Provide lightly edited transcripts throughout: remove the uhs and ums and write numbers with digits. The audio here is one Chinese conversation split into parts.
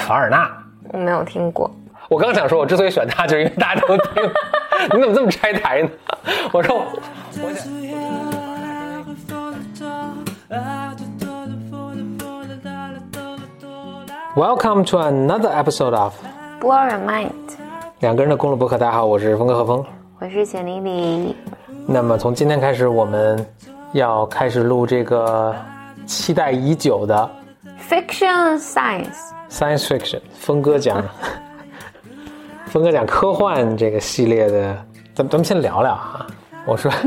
凡尔纳。 我没有听过。 我刚想说，我之所以选他，就是因为大家都听。你怎么这么拆台呢？我说，我想。Welcome to another episode of Blow Your Mind。 两个人的公路博客，大家好，我是峰哥何峰， 我是简丽丽。 那么从今天开始，我们要开始录这个期待已久的 Fiction Science Fiction。峰哥讲科幻这个系列的，咱们先聊聊啊。我说，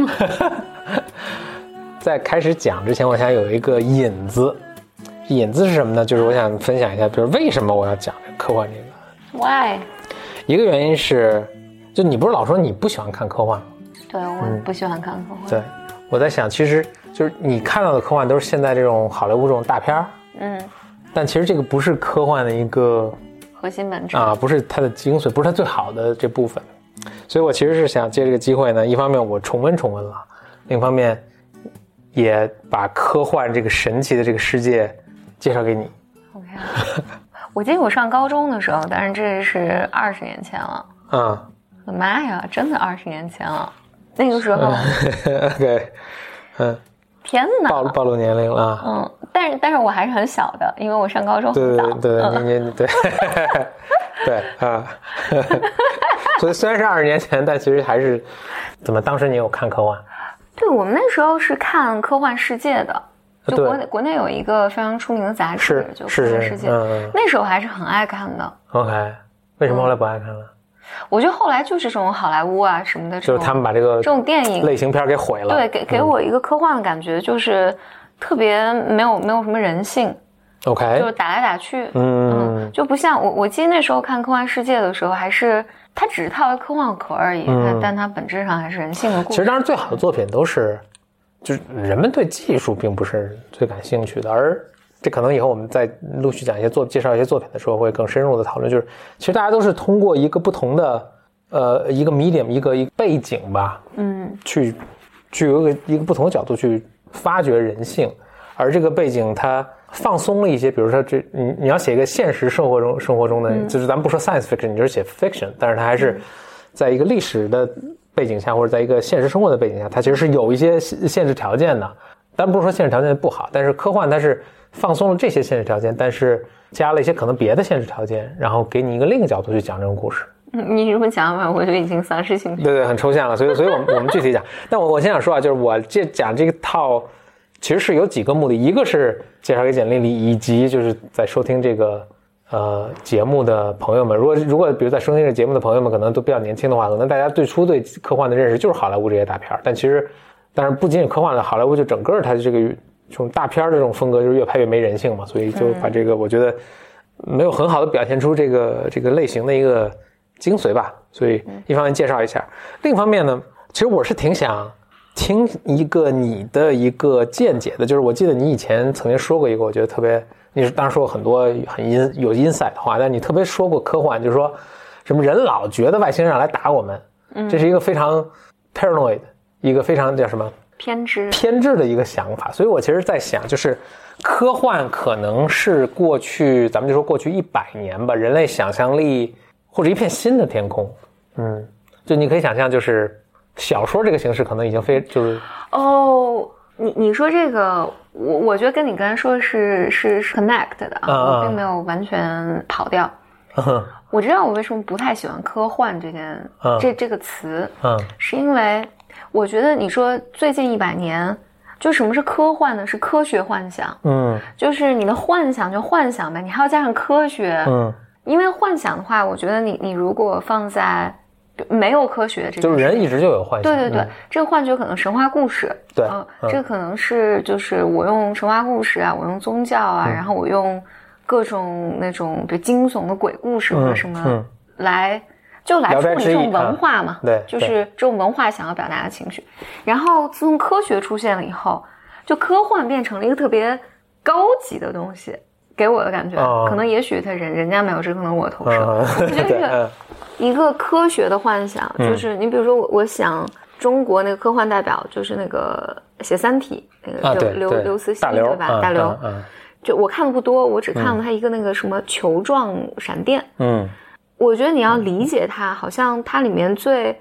在开始讲之前，我想有一个引子。引子是什么呢？就是我想分享一下，比如为什么我要讲这个科幻这个 Why？ 一个原因是，就你不是老说你不喜欢看科幻吗？ 对，我不喜欢看科幻。 对，我在想，其实就是你看到的科幻都是现在这种好莱坞这种大片但其实这个不是科幻的一个核心本质啊，不是它的精髓，不是它最好的这部分。所以我其实是想借这个机会呢，一方面我重温了，另一方面也把科幻这个神奇的这个世界介绍给你。 OK 我记得我上高中的时候，但是这是20年前了。我的妈呀，真的20年前了。那个时候 OK 天哪， 暴露年龄了。 但是我还是很小的，因为我上高中很早。 对你对对啊。所以虽然是20年前，但其实还是怎么？当时你有看科幻？ 对，我们那时候是看科幻世界的，就国内有一个非常出名的杂志，就科幻世界。那时候还是很爱看的。 OK， 为什么后来不爱看了？ 我觉得后来就是这种好莱坞啊什么的， 就是他们把这种电影类型片给毁了。 对，给我一个科幻的感觉，就是特别没有什么人性。 OK， 就是打来打去。就不像我记得那时候看科幻世界的时候，还是它只是套了科幻壳而已，但它本质上还是人性的故事。 其实当然最好的作品都是，就是人们对技术并不是最感兴趣的，而这可能以后我们在陆续讲一些介绍一些作品的时候会更深入的讨论。就是其实大家都是通过一个不同的一个 medium 一个背景吧，去有一个不同的角度去发掘人性，而这个背景它放松了一些，比如说你要写一个现实生活中的，就是咱们不说 science fiction， 你就是写 fiction， 但是它还是在一个历史的背景下，或者在一个现实生活的背景下，它其实是有一些限制条件的。当然不是说限制条件不好，但是科幻它是放松了这些限制条件，但是加了一些可能别的限制条件，然后给你一个另一个角度去讲这种故事。 你这么讲吧，我觉得已经丧失兴趣。 对，很抽象了，所以我们具体讲。但我先想说啊，就是我讲这个套其实是有几个目的，一个是介绍给简丽丽，以及就是在收听这个节目的朋友们，如果比如在收听这个节目的朋友们可能都比较年轻的话，可能大家最初对科幻的认识就是好莱坞这些大片，但是不仅仅科幻的，好莱坞就整个它的这种大片的这种风格就是越拍越没人性嘛，所以就把这个我觉得没有很好的表现出这个类型的一个精髓吧，所以一方面介绍一下，另一方面呢，其实我是挺想听一个你的一个见解的，就是我记得你以前曾经说过一个，我觉得特别，你当然说过很多很有 insight 的话，但你特别说过科幻，就是说什么人老觉得外星人来打我们，这是一个非常 paranoid， 一个非常叫什么偏执的一个想法。所以我其实在想，就是科幻可能是过去咱们就说过去100年吧，人类想象力或者一片新的天空。就你可以想象，就是小说这个形式可能已经就是你说这个，我觉得跟你刚才说的是 connect 的我并没有完全跑掉。我知道我为什么不太喜欢科幻这个词，是因为我觉得你说最近100年，就什么是科幻呢？是科学幻想。就是你的幻想就幻想呗，你还要加上科学。因为幻想的话，我觉得你如果放在没有科学这， 就是人一直就有幻想。 对，这个幻觉可能神话故事。 对， 这可能是就是我用神话故事啊，我用宗教啊，然后我用各种那种比如惊悚的鬼故事或者什么来处理这种文化嘛。 对， 就是这种文化想要表达的情绪。然后自从科学出现了以后，就科幻变成了一个特别高级的东西。给我的感觉，可能也许人家没有，这可能我投射。我觉得一个科学的幻想，就是你比如说我想中国那个科幻代表就是那个写《三体》那个刘慈欣，对吧？大刘。 就我看的不多，我只看了它一个那个什么球状闪电。我觉得你要理解它，好像它里面最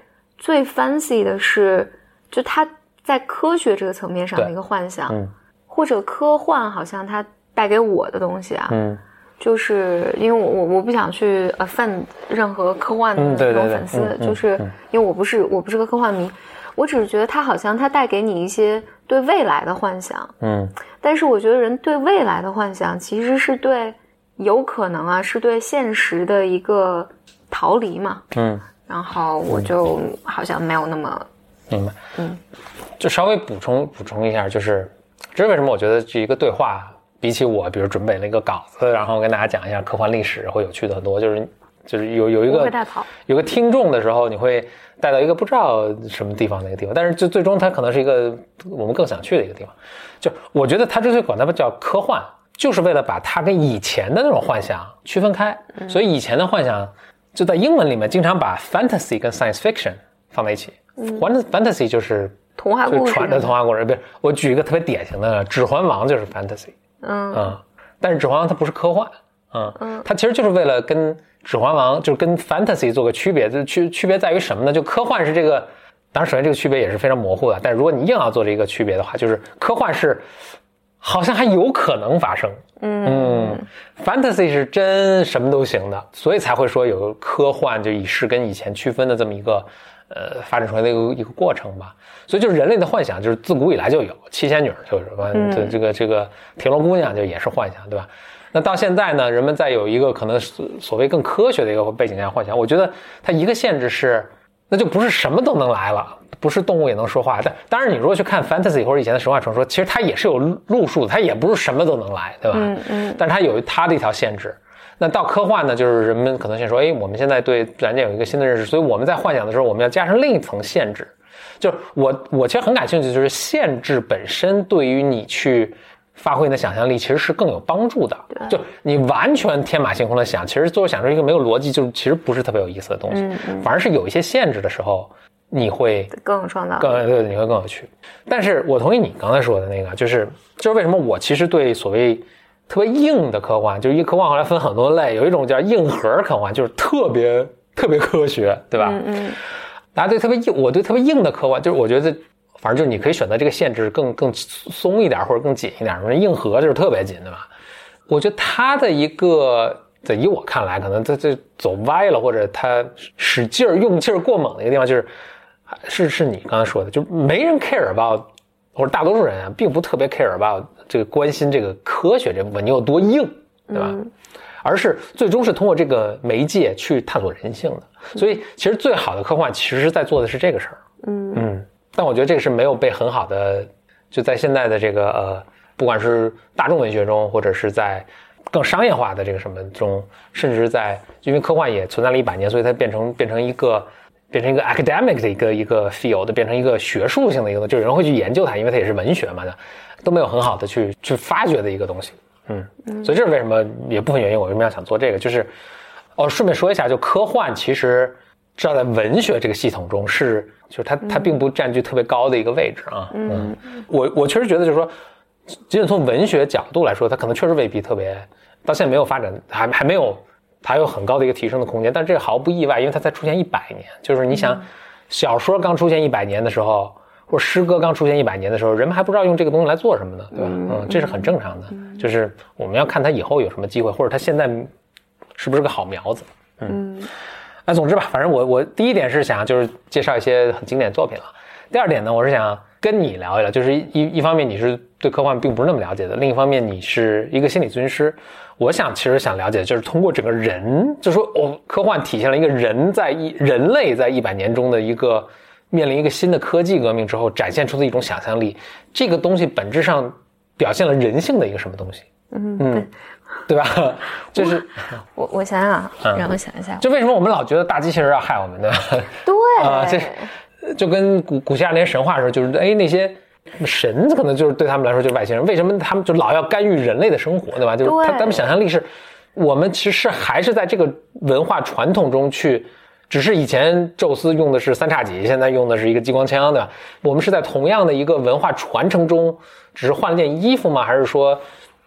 fancy 的是，就它在科学这个层面上的一个幻想，或者科幻，好像它带给我的东西啊，就是因为我不想去offend任何科幻的那种粉丝，就是因为我不是个科幻迷，我只是觉得它好像它带给你一些对未来的幻想，但是我觉得人对未来的幻想其实是对有可能啊，是对现实的一个逃离嘛，然后我就好像没有那么明白，就稍微补充一下，就是这是为什么我觉得这一个对话比起我比如准备了一个稿子，然后跟大家讲一下科幻历史会有趣的很多，就是有一个听众的时候，你会带到一个不知道什么地方的一个地方，但是就最终它可能是一个我们更想去的一个地方。就我觉得它之所以管它叫科幻，就是为了把它跟以前的那种幻想区分开。所以以前的幻想就在英文里面经常把 fantasy 跟 science fiction 放在一起。fantasy 就是童话故事， 传的童话故事。不是，我举一个特别典型的，《指环王》就是 fantasy。但是《指环王》它不是科幻。它其实就是为了跟《指环王》就是跟 fantasy 做个区别。区别在于什么呢？就科幻是这个，当然首先这个区别也是非常模糊的。但如果你硬要做这个区别的话，就是科幻是好像还有可能发生。fantasy 是真什么都行的，所以才会说有科幻就跟以前区分的这么一个发展出来的一个过程吧。所以就是人类的幻想就是自古以来就有，七仙女就是这个铁笼姑娘就也是幻想，对吧？那到现在呢，人们再有一个可能所谓更科学的一个背景下幻想，我觉得它一个限制是，那就不是什么都能来了，不是动物也能说话。但当然你如果去看 fantasy 或者以前的神话传说，其实它也是有路数的，它也不是什么都能来，对吧？但是它有它的一条限制。那到科幻呢，就是人们可能先说，我们现在对自然界有一个新的认识，所以我们在幻想的时候，我们要加上另一层限制。就是我其实很感兴趣，就是限制本身对于你去发挥你的想象力其实是更有帮助的。就你完全天马行空的想，其实最后想出一个没有逻辑，就其实不是特别有意思的东西。反而是有一些限制的时候，你会更有创造力， 对，你会更有趣。但是我同意你刚才说的那个，就是为什么我其实对所谓特别硬的科幻，就是科幻后来分很多类，有一种叫硬核科幻，就是特别科学，对吧？大家对特别硬，我对特别硬的科幻，就是我觉得反正就是你可以选择这个限制更松一点或者更紧一点，硬核就是特别紧，对吧？我觉得它的一个在以我看来可能这走歪了，或者它使劲用劲过猛的一个地方，是你刚才说的，就没人 care about， 或者大多数人啊并不特别 care about 这个关心这个科学这部分你有多硬，对吧？而是最终是通过这个媒介去探索人性的。所以其实最好的科幻其实在做的是这个事儿。但我觉得这个是没有被很好的，就在现在的这个不管是大众文学中，或者是在更商业化的这个什么中，甚至在因为科幻也存在了100年，所以它变成一个 academic 的一个 field， 变成一个学术性的一个，就是人会去研究它，因为它也是文学嘛，都没有很好的去发掘的一个东西。所以这是为什么也部分原因我为什么要想做这个，就是顺便说一下，就科幻其实至少在文学这个系统中就是它并不占据特别高的一个位置啊。我确实觉得就是说，仅仅从文学角度来说，它可能确实未必特别，到现在没有发展，还没有它有很高的一个提升的空间。但这个毫不意外，因为它才出现100年。就是你想，小说刚出现100年的时候，或者诗歌刚出现100年的时候，人们还不知道用这个东西来做什么呢，对吧？这是很正常的。就是我们要看它以后有什么机会，或者它现在是不是个好苗子。那总之吧，反正我第一点是想就是介绍一些很经典的作品了。第二点呢，我是想跟你聊一聊，就是一方面你是对科幻并不是那么了解的，另一方面你是一个心理咨询师。我其实想了解，就是通过整个人，就说科幻体现了一个人类在100年中的一个面临一个新的科技革命之后展现出的一种想象力，这个东西本质上表现了人性的一个什么东西？对吧？就是我想想，让我想一下， 就为什么我们老觉得大机器人要害我们，对吧？ 对这就跟古希腊那些神话的时候，就是那些神可能就是对他们来说就是外星人，为什么他们就老要干预人类的生活，对吧？就是他们想象力是，我们其实还是在这个文化传统中去，只是以前宙斯用的是3叉戟，现在用的是一个激光枪，对吧？我们是在同样的一个文化传承中，只是换了件衣服吗？还是说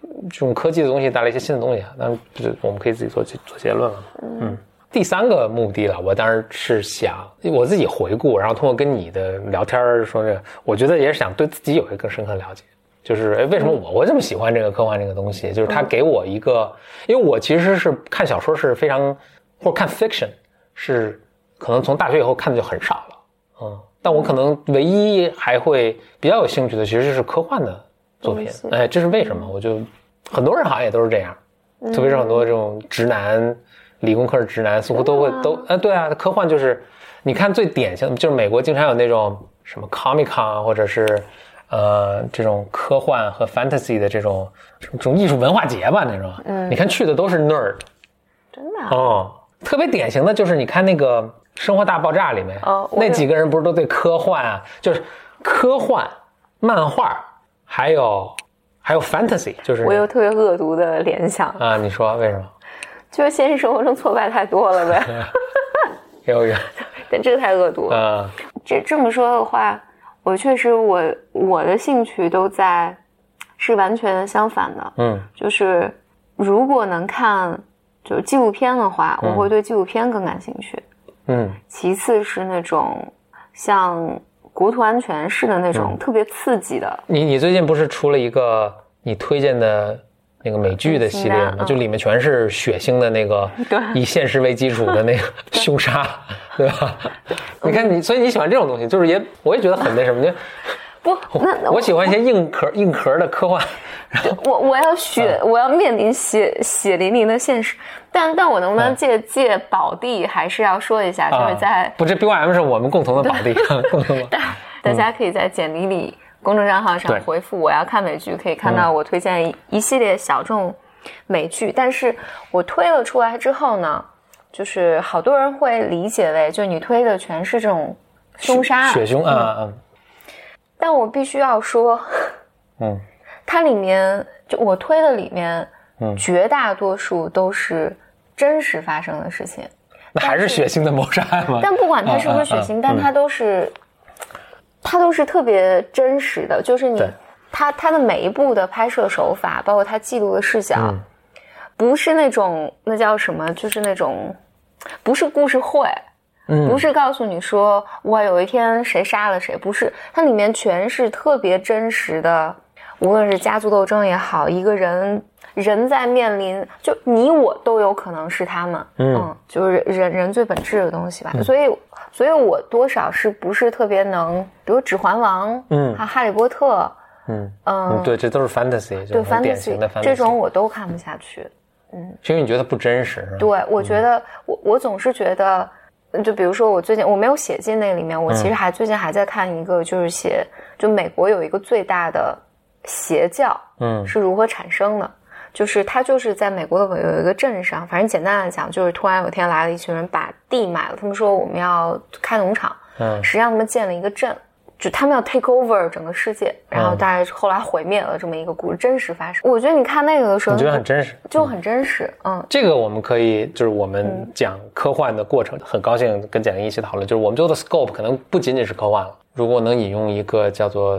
这种科技的东西带来一些新的东西，当然我们可以自己做结论了。第三个目的了，我当然是想我自己回顾，然后通过跟你的聊天说这个，我觉得也是想对自己有一个更深刻的了解，就是为什么我这么喜欢这个科幻这个东西，就是它给我一个，因为我其实是看小说是非常，或者看 fiction 是可能从大学以后看的就很少了，但我可能唯一还会比较有兴趣的其实是科幻的作品，哎，这是为什么？我就很多人好像也都是这样，特别是很多这种直男。理工科的直男似乎都会对啊，科幻就是你看最典型的就是美国经常有那种什么 Comic-Con 或者是这种科幻和 fantasy 的这种艺术文化节吧那种，你看去的都是 nerd， 真的特别典型的就是你看那个《生活大爆炸》里面那几个人不是都对科幻啊，就是科幻漫画还有 fantasy， 就是我有特别恶毒的联想啊，你说为什么？ 就是现实生活中挫败太多了呗， 有， 但这个太恶毒了。这么说的话，我确实我的兴趣都是完全相反的。就是如果能看就是纪录片的话，我会对纪录片更感兴趣。其次是那种像国土安全式的那种特别刺激的。你最近不是出了一个你推荐的？那个美剧的系列嘛，就里面全是血腥的那个以现实为基础的那个凶杀，对吧？你看所以你喜欢这种东西，就是我也觉得很那什么， 不，那我喜欢一些硬壳的科幻。 我要面临血淋淋的现实，但我能不能借宝地还是要说一下，就是在不，这 BYM 是我们共同的宝地，共同的。 大家可以在简历里。公众账号上回复我要看美剧，可以看到我推荐一系列小众美剧，但是我推了出来之后呢，就是好多人会理解为就你推的全是这种凶杀血凶但我必须要说它里面就我推的里面绝大多数都是真实发生的事情， 那还是血腥的谋杀案吗？ 但不管它是不是血腥但它都是特别真实的，就是它的每一部的拍摄手法，包括它记录的视角，不是那种那叫什么，就是那种不是故事会，不是告诉你说哇有一天谁杀了谁，不是，它里面全是特别真实的，无论是家族斗争也好，一个人在面临就你我都有可能是他们，就是人最本质的东西吧，所以我多少是不是特别能，比如《指环王》还有《哈利波特》， 对，这都是 fantasy， 对 fantasy 这种我都看不下去， 是因为你觉得不真实，是吧？ 对，我觉得我总是觉得，就比如说我最近我没有写进那里面，我其实最近还在看一个，就是就美国有一个最大的邪教，是如何产生的。就是他就是在美国的有一个镇上，反正简单的讲，就是突然有一天来了一群人把地买了，他们说我们要开农场，实际上他们建了一个镇，就他们要 take over 整个世界，然后大概后来毁灭了这么一个故事，真实发生。我觉得你看那个的时候， 你觉得很真实， 就很真实， 这个我们可以就是我们讲科幻的过程，很高兴跟简玲一起讨论，就是我们最后的 scope 可能不仅仅是科幻了。如果能引用一个叫做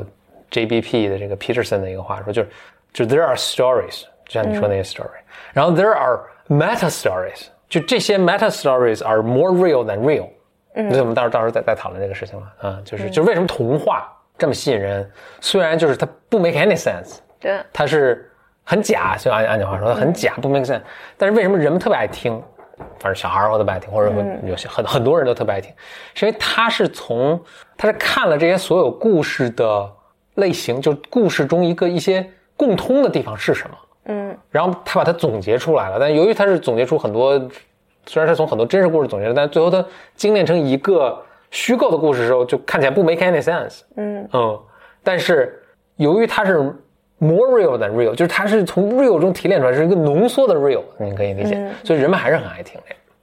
JBP 的这个 Peterson 的一个话说，就 there are stories。就像你说那些 story，然后 there are meta stories， 就这些 meta stories are more real than real。所以我们到时候再讨论这个事情了就是为什么童话这么吸引人？虽然就是它不 make any sense， 对， 它是很假，就按你话说，它很假，不 make sense。但是为什么人们特别爱听？反正小孩或特别爱听，或者有些很多人都特别爱听，是因为他是看了这些所有故事的类型，就故事中一些共通的地方是什么。然后他把它总结出来了，但由于他是总结出很多，虽然是从很多真实故事总结的，但最后他精炼成一个虚构的故事的时候，就看起来不 make any sense。但是由于它是 more real than real， 就是它是从 real 中提炼出来，是一个浓缩的 real， 你可以理解，所以人们还是很爱听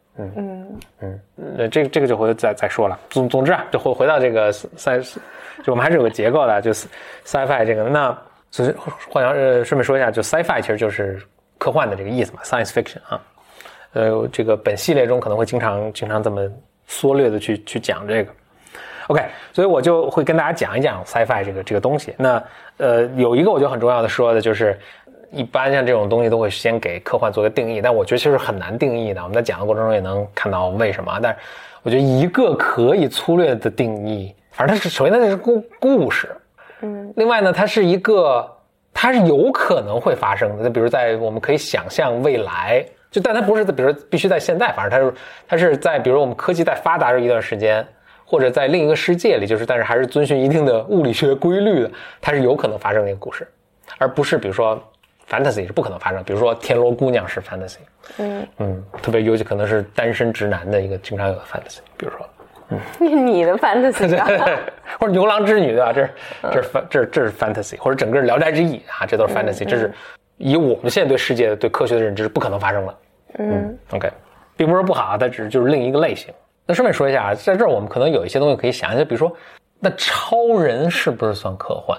这个。这个就回头再说了。总之就回到这个 science， 就我们还是有个结构的，就是 sci-fi 这个那。所以顺便说一下，就 sci-fi 其实就是科幻的这个意思嘛 ，science fiction 这个本系列中可能会经常这么缩略的去讲这个。OK， 所以我就会跟大家讲一讲 sci-fi 这个东西。那有一个我觉得很重要的说的就是， 一般像这种东西都会先给科幻做个定义，但我觉得其实很难定义的。我们在讲的过程中也能看到为什么，但是我觉得一个可以粗略的定义，反正它是首先它是故事，另外呢，它是有可能会发生的，比如在我们可以想象未来，但它不是比如必须在现在，反正它是在比如我们科技在发达的一段时间，或者在另一个世界里，但是还是遵循一定的物理学规律的，它是有可能发生的一个故事，而不是比如说 fantasy 是不可能发生，比如说天罗姑娘是 fantasy， 特别尤其可能是单身直男的一个经常有的 fantasy， 比如说。 你的 fantasy 啊， 或者牛郎织女对吧？这是 fantasy， 或者整个聊斋志异啊，这都是 fantasy， 这是以我们现在对世界对科学的认知是不可能发生的。OK， 并不是不好，它只是就是另一个类型。那顺便说一下啊，在这儿我们可能有一些东西可以想一下，比如说，那超人是不是算科幻？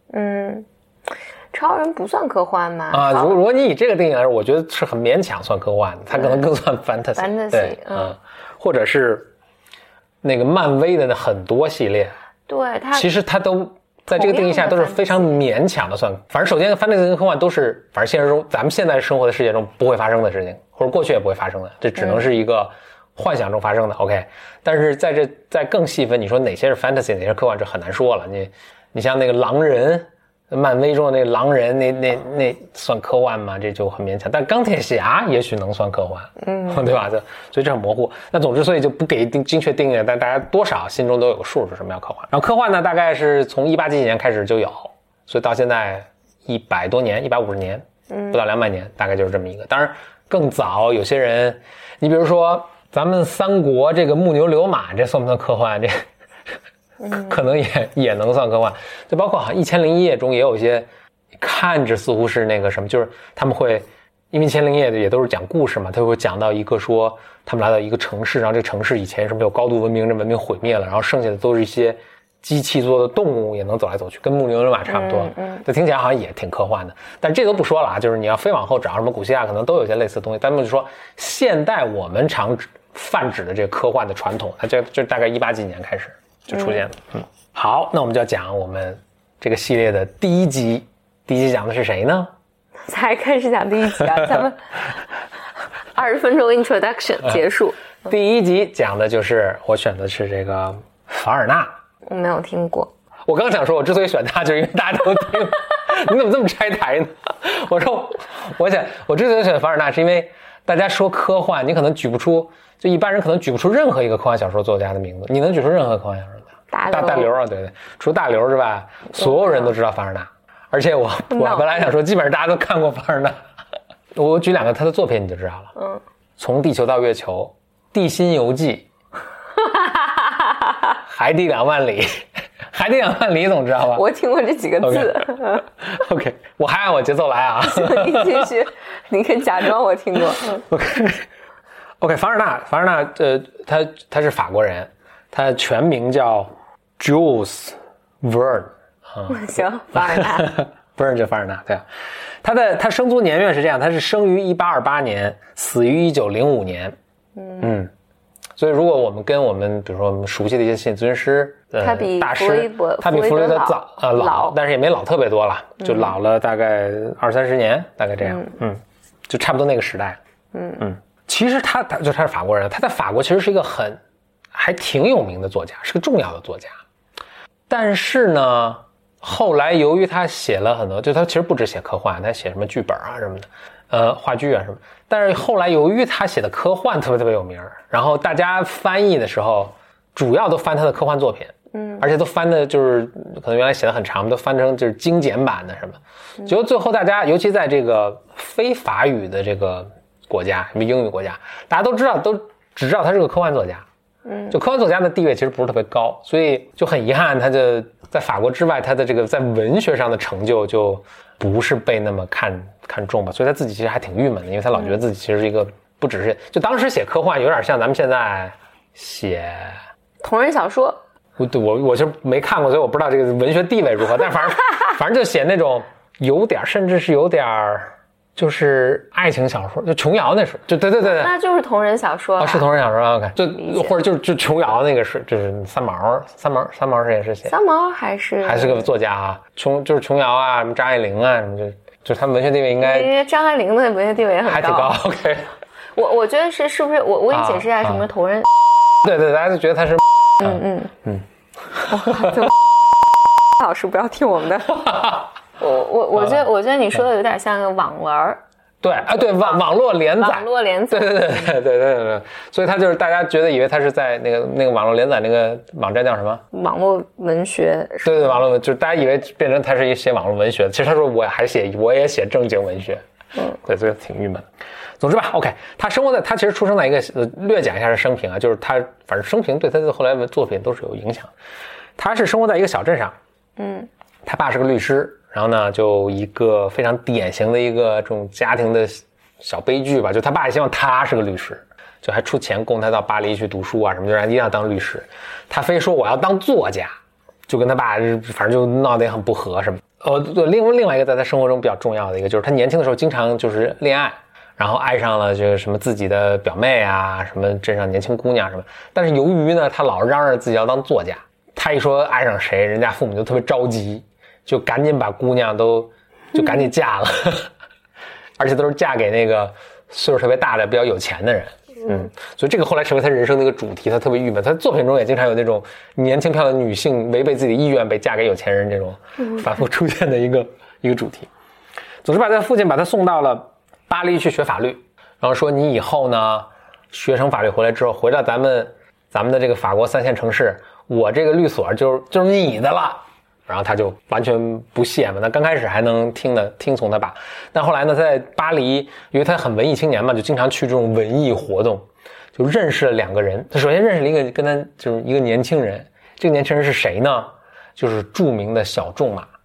超人不算科幻吗？ 啊，如果你以这个定义来说，我觉得是很勉强算科幻的，它可能更算 fantasy。对，或者是。那个漫威的很多系列， 对它其实它都在这个定义下都是非常勉强的算。反正首先 fantasy 跟科幻都是，反正现实中咱们现在生活的世界中不会发生的事情，或者过去也不会发生的，这只能是一个幻想中发生的。OK， 但是在更细分，你说哪些是 fantasy， 哪些是科幻，这很难说了。你像那个狼人，漫威中的那个狼人，那算科幻吗？这就很勉强。但钢铁侠也许能算科幻，对吧？所以这很模糊。那总之，所以就不给精确定义，但大家多少心中都有个数，是什么叫科幻。然后科幻呢，大概是从18几几年开始就有，所以到现在100多年，150年，不到200年，大概就是这么一个。当然更早，有些人，你比如说咱们三国这个木牛流马，这算不算科幻？这可能也能算科幻，就包括好像《1001夜》中也有一些看着似乎是那个什么，就是他们会因为《1001夜》也都是讲故事嘛，他会讲到一个说他们来到一个城市，然后这个城市以前是没有高度文明，这文明毁灭了，然后剩下的都是一些机器做的动物，也能走来走去，跟木牛流马差不多。这听起来好像也挺科幻的，但这都不说了啊，就是你要非往后找什么古希腊可能都有一些类似的东西，但就说现代我们常泛指的这个科幻的传统，它就大概18几年开始就出现了。好，那我们就要讲我们这个系列的第一集。第一集讲的是谁呢？ 才开始讲第一集啊，咱们20分钟 introduction 结束。 第一集讲的就是我选的是这个凡尔纳。 我没有听过。 我刚想说，我之所以选他，就是因为大家都听。你怎么这么拆台呢？我说，我之所以选凡尔纳，是因为大家说科幻，你可能举不出，就一般人可能举不出任何一个科幻小说作家的名字。你能举出任何科幻小说家？大刘啊，对，除了大刘之外，所有人都知道凡尔纳。而且我本来想说，基本上大家都看过凡尔纳。我举2个他的作品你就知道了。从地球到月球、地心游记、海底2万里。海底2万里总知道吧？ 我听过这几个字。 OK， 我还按我节奏来啊。 你继续，你可以假装我听过。 OK， 凡尔纳，他是法国人，他全名叫 Jules Verne。 行，凡尔纳。 Verne 就凡尔纳，对啊。他生卒年月是这样，他是生于1828年，死于1905年。所以如果我们跟我们比如说我们熟悉的一些心理咨询师大师，他比弗洛伊德老，但是也没老特别多了，就老了大概20-30年，大概这样。就差不多那个时代。其实他是法国人，他在法国其实是一个还挺有名的作家，是个重要的作家。但是呢，后来由于他写了很多，就他其实不只写科幻，他写什么剧本啊什么的，话剧啊什么。但是后来由于他写的科幻特别有名，然后大家翻译的时候，主要都翻他的科幻作品，而且都翻的就是可能原来写的很长，都翻成就是精简版的什么。结果最后大家，尤其在这个非法语的这个国家，什么英语国家，大家都只知道他是个科幻作家。就科幻作家的地位其实不是特别高，所以就很遗憾，他就在法国之外，他的这个在文学上的成就就不是被那么看重吧，所以他自己其实还挺郁闷的，因为他老觉得自己其实是一个不只是就当时写科幻有点像咱们现在写同人小说。 我就没看过，所以我不知道这个文学地位如何，但反正就写那种有点甚至是有点就是爱情小说，就琼瑶那是，就对， 那就是同人小说啊， 是同人小说 OK， 就或者就琼瑶那个是，就是三毛是也是写， 三毛还是个作家啊，就是琼瑶啊，什么张爱玲啊，什么就是他们文学地位应该。 因为张爱玲的文学地位也很高， 还挺高。OK， 我觉得是不是我给你解释一下什么同人？ 对，大家就觉得他是。 老师不要听我们的。我觉得你说的有点像个网文。 对，网络连载，对，所以他就是大家觉得以为他是在那个网络连载那个网站叫什么？ 网络文学。 对，网络文就是大家以为变成他是一写网络文学，其实他说我也写正经文学，对，所以挺郁闷。总之吧 ，OK， 他其实出生在一个略讲一下是生平啊，就是他反正生平对他的后来的作品都是有影响。他是生活在一个小镇上，他爸是个律师。然后呢，就一个非常典型的一个这种家庭的小悲剧吧，就他爸也希望他是个律师，就还出钱供他到巴黎去读书啊什么，就让他一定要当律师。他非说我要当作家，就跟他爸反正就闹得也很不和什么。对，另外一个在他生活中比较重要的一个就是他年轻的时候经常就是恋爱，然后爱上了就是什么自己的表妹啊，什么镇上年轻姑娘什么。但是由于呢，他老嚷嚷自己要当作家，他一说爱上谁，人家父母就特别着急。就赶紧把姑娘就赶紧嫁了，而且都是嫁给那个岁数特别大的比较有钱的人，所以这个后来成为他人生的一个主题，他特别郁闷。他作品中也经常有那种年轻漂亮的女性违背自己的意愿被嫁给有钱人这种反复出现的一个主题。总之他父亲把他送到了巴黎去学法律，然后说你以后呢学成法律回来之后，回到咱们的这个法国3线城市，我这个律所就是你的了。然后他就完全不屑嘛，那刚开始还能听从他爸，但后来呢，在巴黎，因为他很文艺青年嘛，就经常去这种文艺活动，就认识了2个人。他首先认识了一个跟他就是一个年轻人，这个年轻人是谁呢？就是著名的小仲马。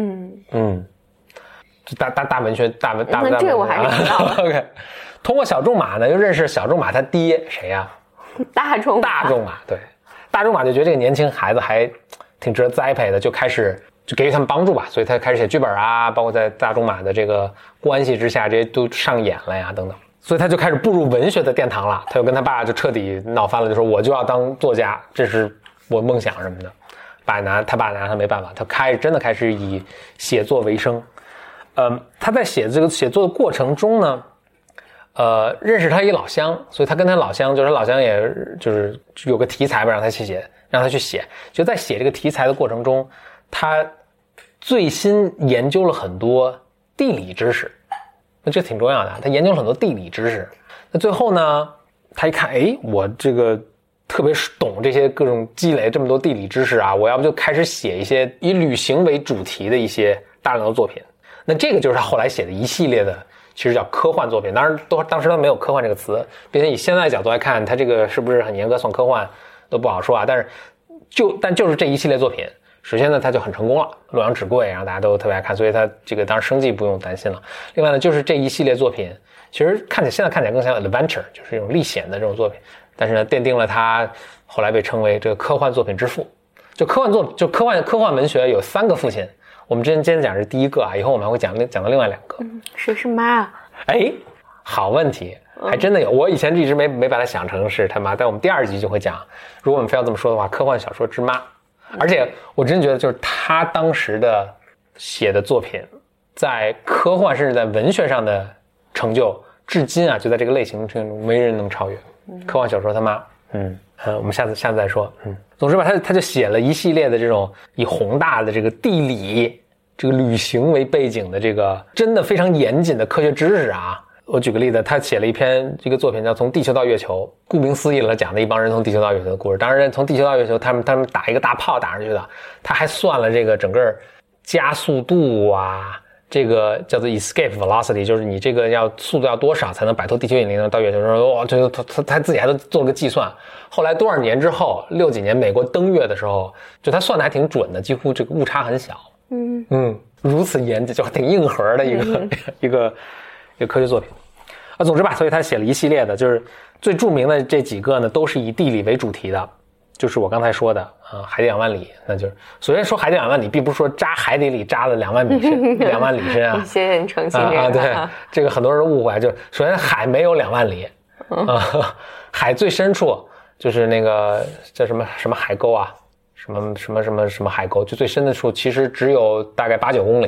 就大文学大文。 那这个我还是知道的。 OK， 通过小仲马呢，又认识小仲马他爹谁呀？ 大仲马，对，大仲马就觉得这个年轻孩子还挺值得栽培的，就开始就给予他们帮助吧，所以他开始写剧本啊，包括在大仲马的这个关系之下，这些都上演了呀，等等。所以他就开始步入文学的殿堂了。他就跟他爸就彻底闹翻了，就说我就要当作家，这是我梦想什么的。他爸拿他没办法，他真的开始以写作为生。他在写作的过程中呢，认识他一老乡，所以他跟他老乡，就是他老乡也就是有个题材吧，让他去写，就在写这个题材的过程中，他最新研究了很多地理知识，那这挺重要的。他研究了很多地理知识，那最后呢，他一看，我这个特别懂这些各种积累这么多地理知识啊，我要不就开始写一些以旅行为主题的一些大量的作品。那这个就是他后来写的一系列的，其实叫科幻作品。当时他没有科幻这个词，并且以现在的角度来看，他这个是不是很严格算科幻？都不好说啊，但就是这一系列作品，首先呢，他就很成功了，洛阳纸贵，然后大家都特别爱看，所以他这个当然生计不用担心了。另外呢，就是这一系列作品，其实现在看起来更像 adventure， 就是这种历险的这种作品，但是呢，奠定了他后来被称为这个科幻作品之父。就科幻文学有3个父亲，我们今天讲是第一个啊，以后我们还会讲到另外2个。 谁是妈啊？ 好问题。还真的有，我以前一直没把它想成是他妈，但我们第2集就会讲，如果我们非要这么说的话，科幻小说之妈。而且我真觉得就是他当时的写的作品，在科幻甚至在文学上的成就，至今啊就在这个类型中没人能超越。科幻小说他妈，我们下次再说。总之吧，他就写了一系列的这种以宏大的这个地理、这个旅行为背景的这个真的非常严谨的科学知识啊。我举个例子，他写了一个作品叫《从地球到月球》，顾名思义了，讲的一帮人从地球到月球的故事。当然，从地球到月球，他们打一个大炮打上去的，他还算了这个整个加速度啊，这个叫做 escape velocity， 就是你这个速度要多少才能摆脱地球引力到月球上。哇，这他自己还都做了个计算。后来多少年之后，60几年美国登月的时候，就他算的还挺准的，几乎这个误差很小。如此严谨，就挺硬核的一个科学作品。总之吧，所以他写了一系列的，就是最著名的这几个呢，都是以地理为主题的，就是我刚才说的海底2万里，那就是首先说海底2万里，并不是说扎海底里扎了2万米深，2万里深啊。 一些人澄清这个对，这个很多人误会，就首先海没有2万里，海最深处就是那个叫什么海沟啊，什么海沟，就最深的处其实只有大概8-9公里。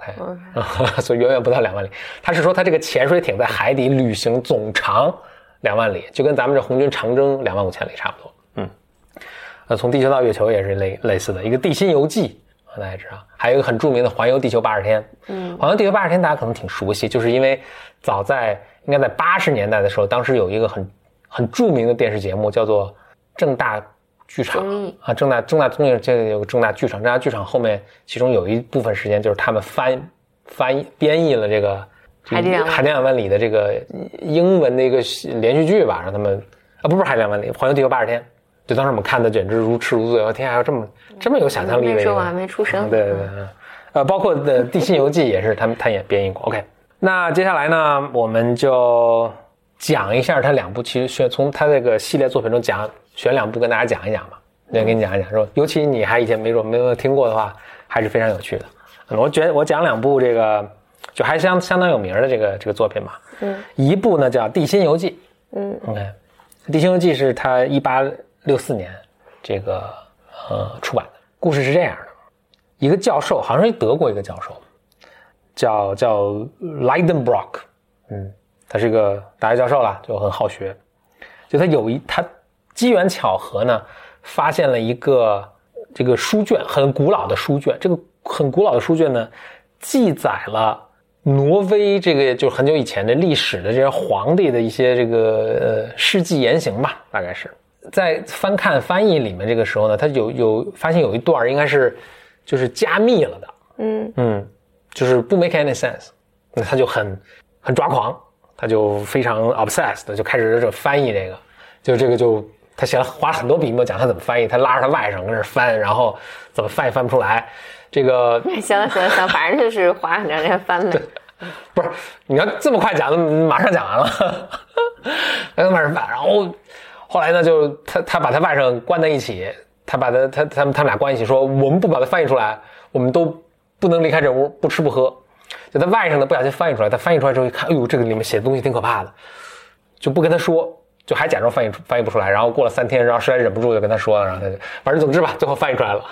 OK， 所以远远不到2万里。他是说他这个潜水艇在海底旅行总长2万里，就跟咱们这红军长征2万5千里差不多。从地球到月球也是类似的一个地心游记，大家知道。还有一个很著名的环游地球80天。环游地球80天大家可能挺熟悉，就是因为早在应该在80年代的时候，当时有一个很著名的电视节目叫做正大剧场啊，正大综艺这个有个正大剧场，正大剧场后面其中有一部分时间就是他们编译了这个海底2万里的这个英文的一个连续剧吧，让他们不是海底2万里，环游地球80天。就当时我们看的简直如痴如醉，我天，还有这么有想象力的一个。 那时候我还没出生。 对，包括的《地心游记》也是他也编译过。OK， 那接下来呢，我们就讲一下他2部，其实从他这个系列作品中选2部跟大家讲一讲吧。跟你讲一讲，说尤其你还以前没有听过的话，还是非常有趣的。我觉得我讲2部这个就还相当有名的这个作品吧。一部呢叫《地心游记》。OK，《地心游记》是他1864年这个出版的。故事是这样的，一个教授，好像是德国一个教授，叫 Leidenbrock， 他是一个大学教授啦，就很好学。就他机缘巧合呢，发现了一个这个书卷，很古老的书卷。这个很古老的书卷呢，记载了挪威这个就很久以前的历史的这些皇帝的一些这个事迹言行吧，大概是。在翻看翻译里面这个时候呢，他有发现有一段应该是就是加密了的，就是不 make any sense， 那他就很抓狂，他就非常 obsessed 的就开始这翻译这个就他花了很多笔墨讲他怎么翻译，他拉着他外甥跟那翻，然后怎么翻也翻不出来。这个行，反正就是花很长时间翻的。 不是你要这么快讲，马上讲完了，马上翻，然后。后来呢，就他把他外甥关在一起，他们俩关一起说，我们不把他翻译出来，我们都不能离开这屋，不吃不喝。就他外甥呢不小心翻译出来，他翻译出来之后一看，哎呦，这个里面写的东西挺可怕的，就不跟他说，就还假装翻译不出来。然后过了3天，然后实在忍不住就跟他说了，然后他就反正总之吧，最后翻译出来了。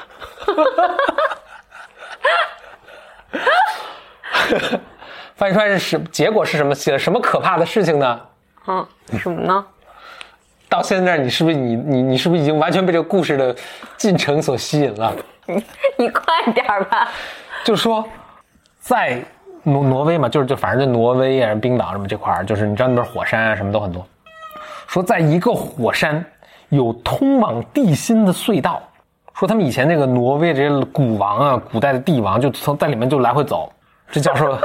翻译出来结果是什么？写了什么可怕的事情呢？ 什么呢？ 到现在你是不是你是不是已经完全被这个故事的进程所吸引了？ 你快点吧。 就是说，在挪威嘛，就反正就挪威啊、冰岛什么这块儿，就是你知道那边火山啊什么都很多。说在一个火山有通往地心的隧道，说他们以前那个挪威这些古王啊、古代的帝王就在里面就来回走。这教授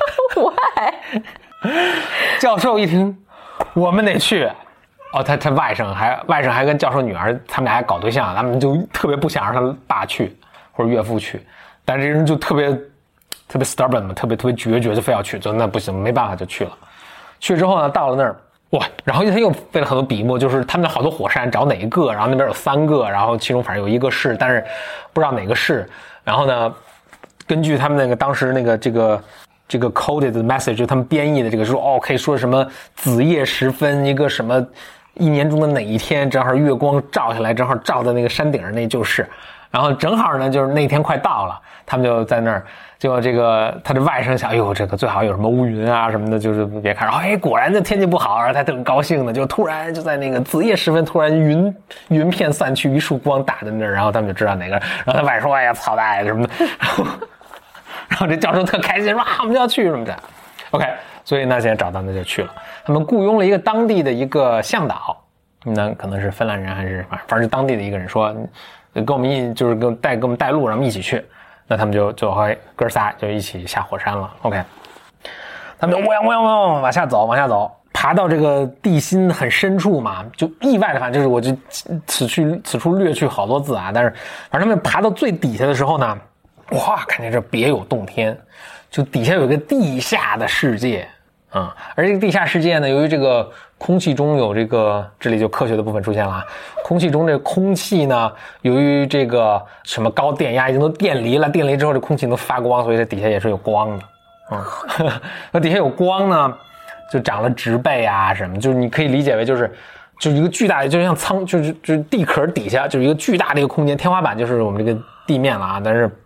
，Why？ 教授一听，我们得去。他外甥还跟教授女儿他们俩还搞对象，他们就特别不想让他爸去或者岳父去，但这人就特别 stubborn 嘛，特别决绝，就非要去，就那不行，没办法就去了。去之后呢，到了那儿哇，然后他又费了很多笔墨，就是他们好多火山找哪一个，然后那边有3个，然后其中反正有一个是，但是不知道哪个是。然后呢，根据他们那个当时那个这个 coded message， 就他们编译的这个说可以说什么子夜时分，一个什么1年中的哪一天，正好月光照下来，正好照在那个山顶上，那就是。然后正好呢，就是那天快到了，他们就在那儿。结果这个他的外甥想，哎呦，这个最好有什么乌云啊什么的，就是别看。然后果然这天气不好，然后他挺高兴的，就突然就在那个子夜时分，突然云片散去，一束光打在那儿，然后他们就知道哪个。然后他外甥说：“哎呀，操大爷什么的。”然后这教授特开心说：“我们就要去什么的。” OK， 所以呢，现在找到那就去了。他们雇佣了一个当地的一个向导，那可能是芬兰人还是反正是当地的一个人，说跟我们就是给我们带路，让我们一起去。那他们就哥仨就一起下火山了。OK， 他们就往下走，爬到这个地心很深处嘛，就意外的反正就是我就此处略去好多字啊，但是反正他们爬到最底下的时候呢，哇，看见这别有洞天，就底下有一个地下的世界啊，而这个地下世界呢，由于这个空气中有这里就科学的部分出现了，空气中这空气呢，由于这个什么高电压已经都电离了，电离之后这空气能发光，所以这底下也是有光的。那底下有光呢，就长了植被啊什么，就是你可以理解为就是一个巨大的，就像就是地壳底下就是一个巨大的一个空间，天花板就是我们这个地面了啊，但是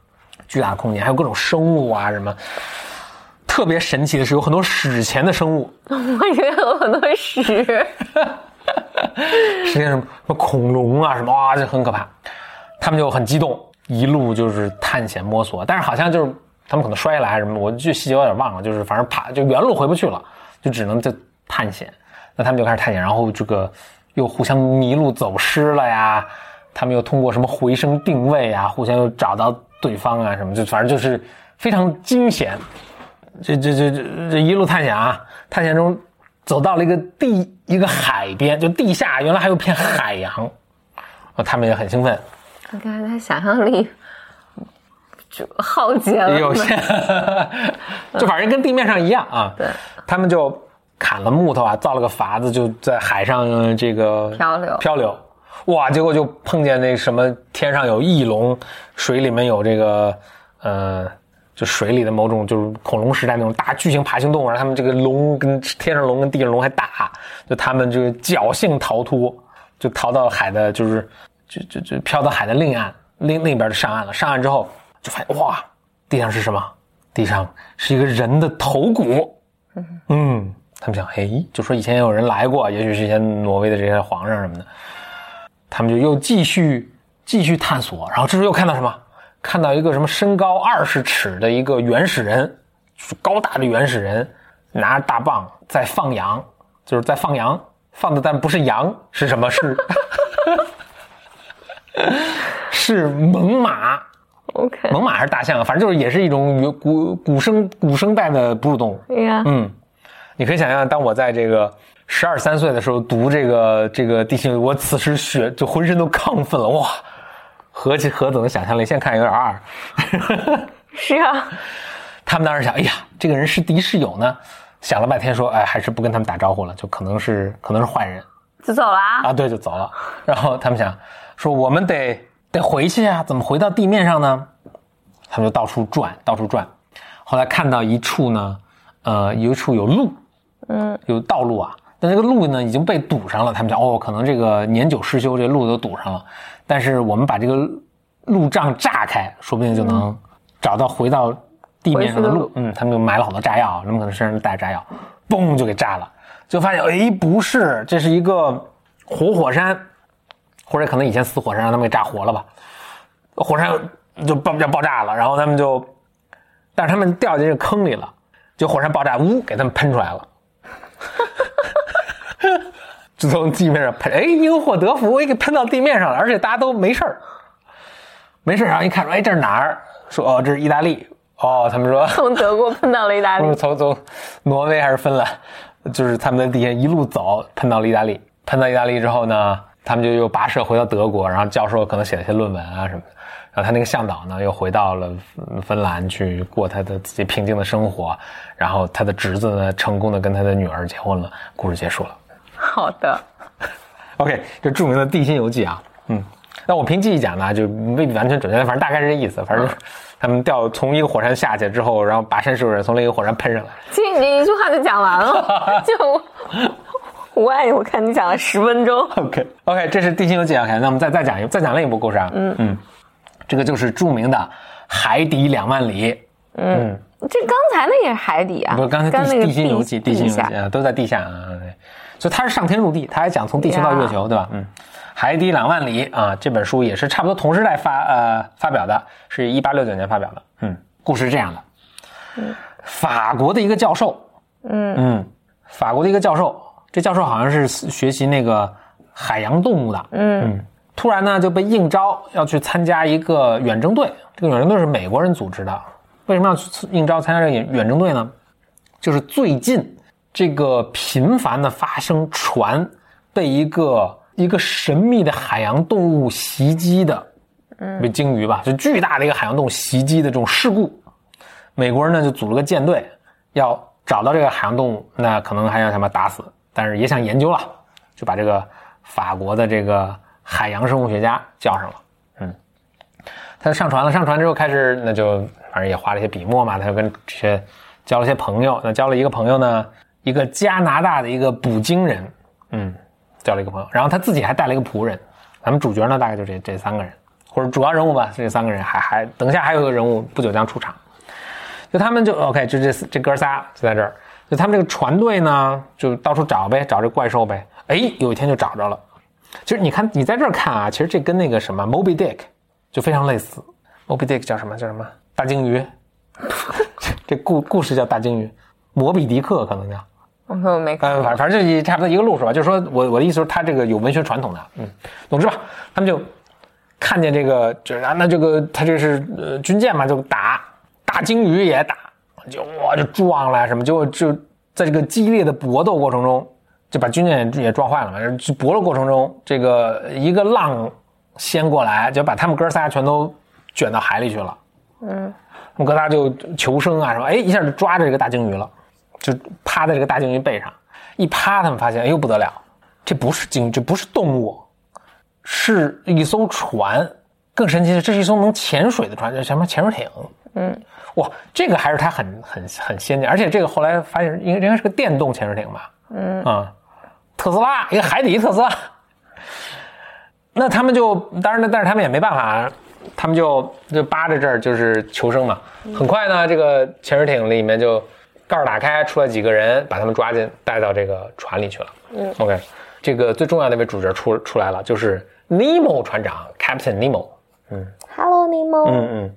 巨大的空间，还有各种生物啊什么。特别神奇的是，有很多史前的生物。 我以为有很多史。 实际上什么恐龙啊什么啊，这很可怕。他们就很激动，一路就是探险摸索，但是好像就是他们可能摔下来还是什么，我具细节有点忘了，就是反正就原路回不去了，就只能就探险。那他们就开始探险，然后这个又互相迷路走失了呀，他们又通过什么回声定位啊，互相又找到对方啊什么，就反正就是非常惊险。这一路探险啊，探险中走到了一个海边，就地下原来还有片海洋，他们也很兴奋。 你看他想象力就耗竭了， 有限，就反正跟地面上一样啊。 对， 他们就砍了木头啊，造了个筏子，就在海上这个漂流。哇，结果就碰见那什么，天上有翼龙，水里面有这个就水里的某种就是恐龙时代那种大巨型爬行动物，然后他们这个龙跟天上龙跟地上龙还打，就他们这个侥幸逃脱，就逃到海的，就是就飘到海的另岸，另一边就上岸了。上岸之后就发现哇，地上是什么？地上是一个人的头骨。他们想，嘿，就说以前有人来过，也许是以前挪威的这些皇上什么的。他们就又继续探索，然后这时候又看到什么？看到一个什么身高20尺的一个原始人，高大的原始人，拿着大棒在放羊，就是在放羊，放的但不是羊，是什么？是猛犸。 OK， 猛犸还是大象，反正就是也是一种古生代的哺乳动物。 对呀， 你可以想象，当我在这个12、13岁的时候读这个地心，我此时就浑身都亢奋了，哇！何等的想象力，现在看有点二。 是啊， 他们当时想，哎呀，这个人是敌是友呢？想了半天说，哎，还是不跟他们打招呼了，就可能是坏人， 就走了啊？对，就走了。然后他们想说，我们得回去啊，怎么回到地面上呢？他们就到处转。后来看到一处呢，有一处有路，有道路啊，但那个路呢已经被堵上了。他们想，可能这个年久失修，这路都堵上了。但是我们把这个路障炸开，说不定就能找到回到地面上的路。他们就买了好多炸药，他们可能身上带着炸药，嘣就给炸了。就发现，哎，不是，这是一个活火山，或者可能以前死火山让他们给炸活了吧？火山就爆炸了，然后他们但是他们掉进这个坑里了，就火山爆炸，给他们喷出来了。就从地面上喷，哎，因祸得福，给喷到地面上了，而且大家都没事儿。然后一看说，哎，这是哪儿？说这是意大利。他们说从德国喷到了意大利， 从挪威还是芬兰，就是他们在地下一路走，喷到了意大利。喷到意大利之后呢，他们就又跋涉回到德国，然后教授可能写了些论文啊什么的。然后他那个向导呢，又回到了芬兰去过他的自己平静的生活。然后他的侄子呢，成功的跟他的女儿结婚了。故事结束了。 好的 ，OK， 这著名的地心游记啊，那我凭记忆讲呢，就未必完全准确，反正大概是这意思。反正他们从一个火山下去之后，然后跋山涉水从另一个火山喷上来。 其实你这一句话就讲完了，我看你讲了10分钟。 OK， 这是地心游记啊。那我们再讲另一部故事啊。这个就是著名的海底2万里。 这刚才那也是海底啊， 不是刚才地心游记啊，都在地下啊。对，所以它是上天入地，它还讲从地球到月球，对吧？海底2万里啊，这本书也是差不多同时代发表的，是1869年发表的。故事是这样的。法国的一个教授，法国的一个教授，这教授好像是学习那个海洋动物的。突然呢就被应召要去参加一个远征队，这个远征队是美国人组织的。为什么要去应召参加这个远征队呢？就是最近这个频繁的发生船被一个神秘的海洋动物袭击的，被鲸鱼吧，就巨大的一个海洋动物袭击的这种事故。美国人呢就组了个舰队，要找到这个海洋动物，那可能还要想把它打死，但是也想研究了，就把这个法国的这个海洋生物学家叫上了。他就上船了，上船之后开始，那就反正也花了一些笔墨嘛，他就跟这些交了些朋友。那交了一个朋友呢，一个加拿大的一个捕鲸人，交了一个朋友，然后他自己还带了一个仆人。咱们主角呢，大概就这3个人。 或者主要人物吧，这3个人还等一下还有个人物不久将出场。就他们就 OK， 就这哥仨就在这儿，就他们这个船队呢就到处找呗，找这怪兽呗。哎，有一天就找着了。其实你看你在这儿看啊，其实这跟那个什么 Moby Dick 就非常类似。Moby Dick 叫什么大鲸鱼这故事叫大鲸鱼，摩比迪克可能叫。 我没看。 反正就差不多一个路数吧。就是说我的意思是，他这个有文学传统的。总之吧，他们就看见这个，就是那这个他这是军舰嘛，就打大鲸鱼也打，就撞了什么，就在这个激烈的搏斗过程中，就把军舰也撞坏了嘛。就搏斗过程中，这个一个浪掀过来，就把他们哥仨全都卷到海里去了。他们哥仨就求生啊什么，一下就抓着这个大鲸鱼了。就趴在这个大鲸鱼背上，一趴他们发现，哎呦不得了，这不是鲸鱼，这不是动物，是一艘船。更神奇的，这是一艘能潜水的船，叫什么潜水艇。哇，这个还是它很先进，而且这个后来发现应该是个电动潜水艇吧。特斯拉，一个海底特斯拉。那他们就当然，但是他们也没办法，他们就扒着这儿就是求生嘛。很快呢，这个潜水艇里面就盖打开，出来几个人，把他们抓进，带到这个船里去了。OK， 这个最重要的一位主角出来了，就是尼莫船长 Captain Nemo。Hello Nemo。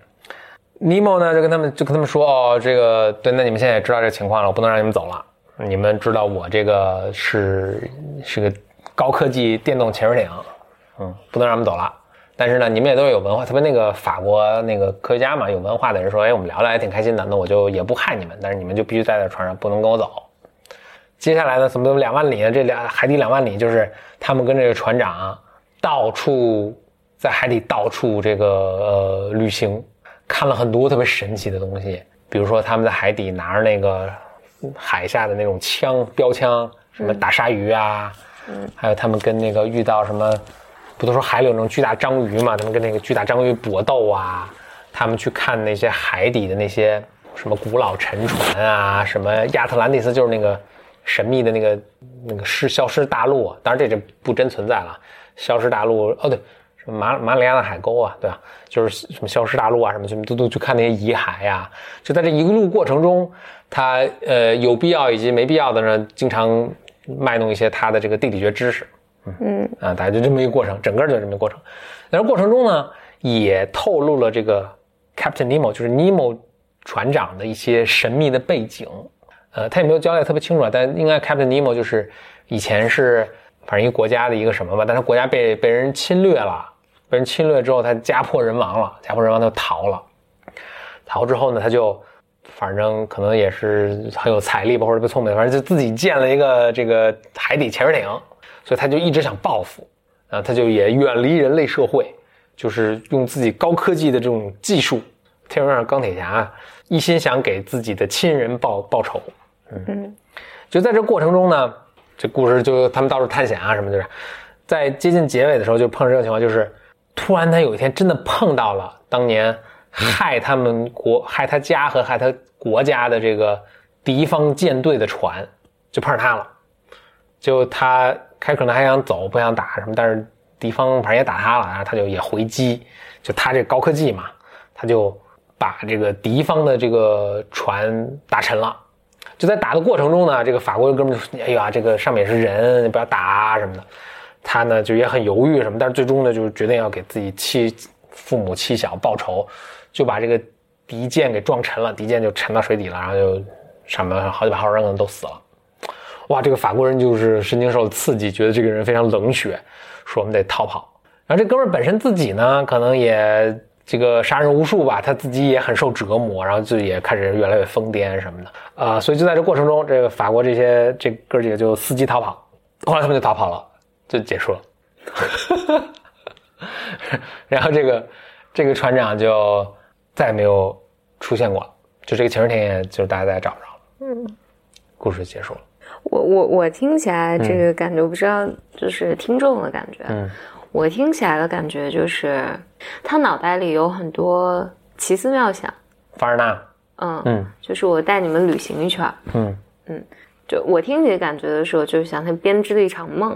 Nemo 呢就跟他们说，哦，这个对，那你们现在也知道这个情况了，我不能让你们走了。你们知道我这个是个高科技电动潜水艇，不能让他们走了。但是呢，你们也都是有文化，特别那个法国那个科学家嘛，有文化的人说，我们聊聊也挺开心的，那我就也不害你们，但是你们就必须待在船上，不能跟我走。接下来呢，怎么2万里呢？这海底2万里，就是他们跟这个船长到处在海底到处这个旅行，看了很多特别神奇的东西，比如说他们在海底拿着那个海下的那种标枪，什么打鲨鱼啊，还有他们跟那个遇到什么。不都说海里有那种巨大章鱼嘛？他们跟那个巨大章鱼搏斗啊，他们去看那些海底的那些什么古老沉船啊，什么亚特兰蒂斯，就是那个神秘的那个消失大陆啊，当然这就不真存在了。消失大陆，对，什么马里亚纳海沟啊，对吧？就是什么消失大陆啊，什么都去看那些遗骸啊。就在这一路过程中，他有必要以及没必要的呢，经常卖弄一些他的这个地理学知识。大概就这么一个过程，整个就这么一个过程。但是过程中呢，也透露了这个 Captain Nemo， 就是尼莫船长的一些神秘的背景。他也没有交代特别清楚，但应该 Captain Nemo 就是以前是反正一个国家的一个什么吧，但是国家被人侵略了，被人侵略之后他家破人亡了，他就逃了。逃之后呢，他就反正可能也是很有财力吧，或者特别聪明，反正就自己建了一个这个海底潜水艇。所以他就一直想报复，他就也远离人类社会，就是用自己高科技的这种技术，天上钢铁侠一心想给自己的亲人报仇。就在这过程中呢，这故事就他们到处探险啊什么，就是在接近结尾的时候就碰上这个情况，就是突然他有一天真的碰到了当年害他家和害他国家的这个敌方舰队的船，就碰上他了。就他可能还想走，不想打什么，但是敌方反正也打他了，然后他就也回击，就他这高科技嘛，他就把这个敌方的这个船打沉了。就在打的过程中呢，这个法国哥们就说：“哎呀，这个上面也是人，不要打啊什么的。”他呢就也很犹豫什么，但是最终呢就是决定要给自己父母妻小报仇，就把这个敌舰给撞沉了，敌舰就沉到水底了，然后就上面好几百号人可能都死了。哇，这个法国人就是神经受了刺激，觉得这个人非常冷血，说我们得逃跑。然后这哥们本身自己呢，可能也这个杀人无数吧，他自己也很受折磨，然后就也开始越来越疯癫什么的。所以就在这过程中，这个法国这哥几个就伺机逃跑，后来他们就逃跑了，就结束了。然后这个船长就再也没有出现过了，就这个潜水艇也就是大家再也找不着了。故事结束了。 我听起来这个感觉，我不知道就是听众的感觉。我听起来的感觉就是他脑袋里有很多奇思妙想。 凡尔纳。 就是我带你们旅行一圈。就我听起来感觉的时候，就是想他编织了一场梦。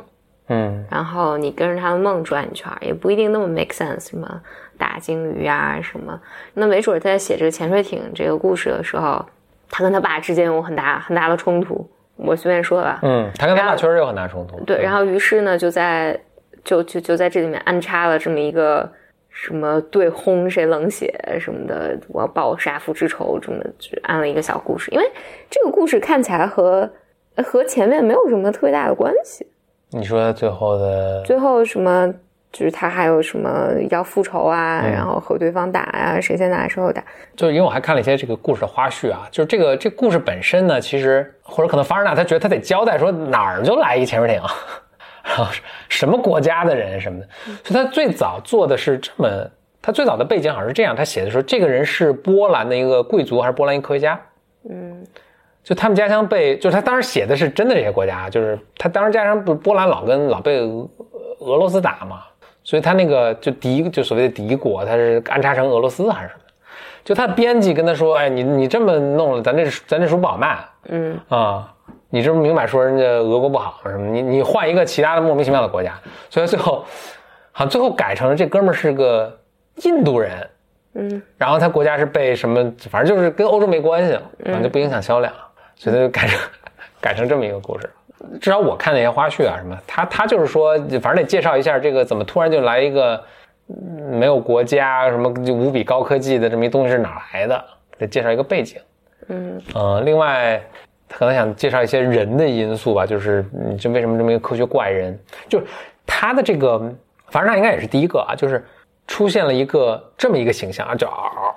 然后你跟着他的梦转一圈，也不一定那么 make sense， 什么打鲸鱼啊什么，那没准在写这个潜水艇这个故事的时候，他跟他爸之间有很大的冲突，我随便说吧。 他跟他爸确实有很大冲突。 对，然后于是呢就在这里面安插了这么一个什么对轰谁冷血什么的，我要报杀父之仇，这么就安了一个小故事，因为这个故事看起来和前面没有什么特别大的关系。 你说最后什么，就是他还有什么要复仇啊，然后和对方打啊，谁先打谁后打。 就是因为我还看了一些这个故事的花絮啊，就是这个故事本身呢，其实或者可能凡尔纳他觉得他得交代说哪儿就来一潜水艇，然后什么国家的人什么的，所以他最早做的是他最早的背景好像是这样，他写的说这个人是波兰的一个贵族还是波兰一个科学家，就他们家乡就是他当时写的是真的这些国家，就是他当时家乡不是波兰老被俄罗斯打嘛，所以他那个就所谓的敌国，他是安插成俄罗斯还是什么？就他编辑跟他说，哎，你这么弄了，咱这书不好卖，你这么明摆说人家俄国不好什么？你换一个其他的莫名其妙的国家，所以最后改成了这哥们儿是个印度人，然后他国家是被什么，反正就是跟欧洲没关系了，然后就不影响销量。所以他就改成这么一个故事，至少我看那些花絮啊什么，他就是说，反正得介绍一下这个怎么突然就来一个没有国家什么就无比高科技的这么一东西是哪来的，得介绍一个背景。另外他可能想介绍一些人的因素吧，就是就为什么这么一个科学怪人，就是他的这个，反正他应该也是第一个啊，就是出现了这么一个形象啊，叫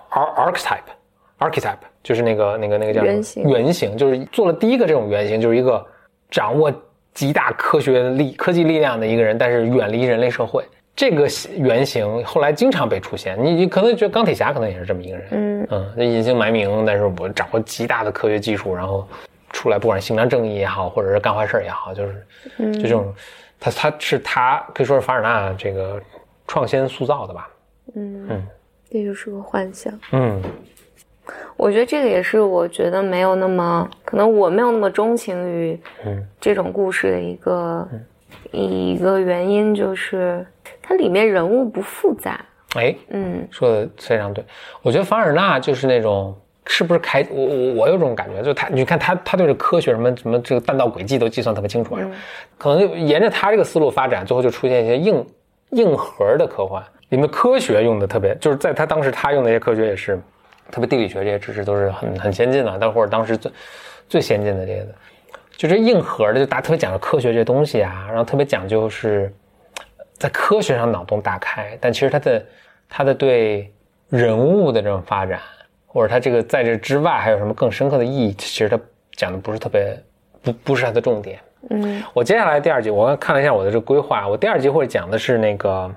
archetype， 就是那个叫原型，就是做了第一个这种原型，就是一个掌握极大科技力量的一个人，但是远离人类社会。这个原型后来经常被出现，你可能觉得钢铁侠可能也是这么一个人，隐姓埋名，但是我掌握极大的科学技术，然后出来不管是伸张正义也好，或者是干坏事也好，就这种，他可以说是凡尔纳这个创新塑造的吧。 这就是个幻想。我觉得这个也是我觉得没有那么，可能我没有那么钟情于这种故事的一个原因，就是它里面人物不复杂。 说的非常对。我觉得凡尔纳就是那种是不是我有种感觉，就你看他对这科学什么这个弹道轨迹都计算特别清楚，可能沿着他这个思路发展，最后就出现一些硬核的科幻，里面科学用的特别，就是在他当时他用的一些科学也是。特别地理学这些知识都是很先进的，但或者当时最先进的这些的，就这硬核的，就大家特别讲究科学这些东西啊，然后特别讲究是在科学上脑洞大开，但其实他的对人物的这种发展，或者他这个在这之外还有什么更深刻的意义，其实他讲的不是特别不是他的重点。我接下来第二集我刚看了一下我的这个规划，我第二集会讲的是那个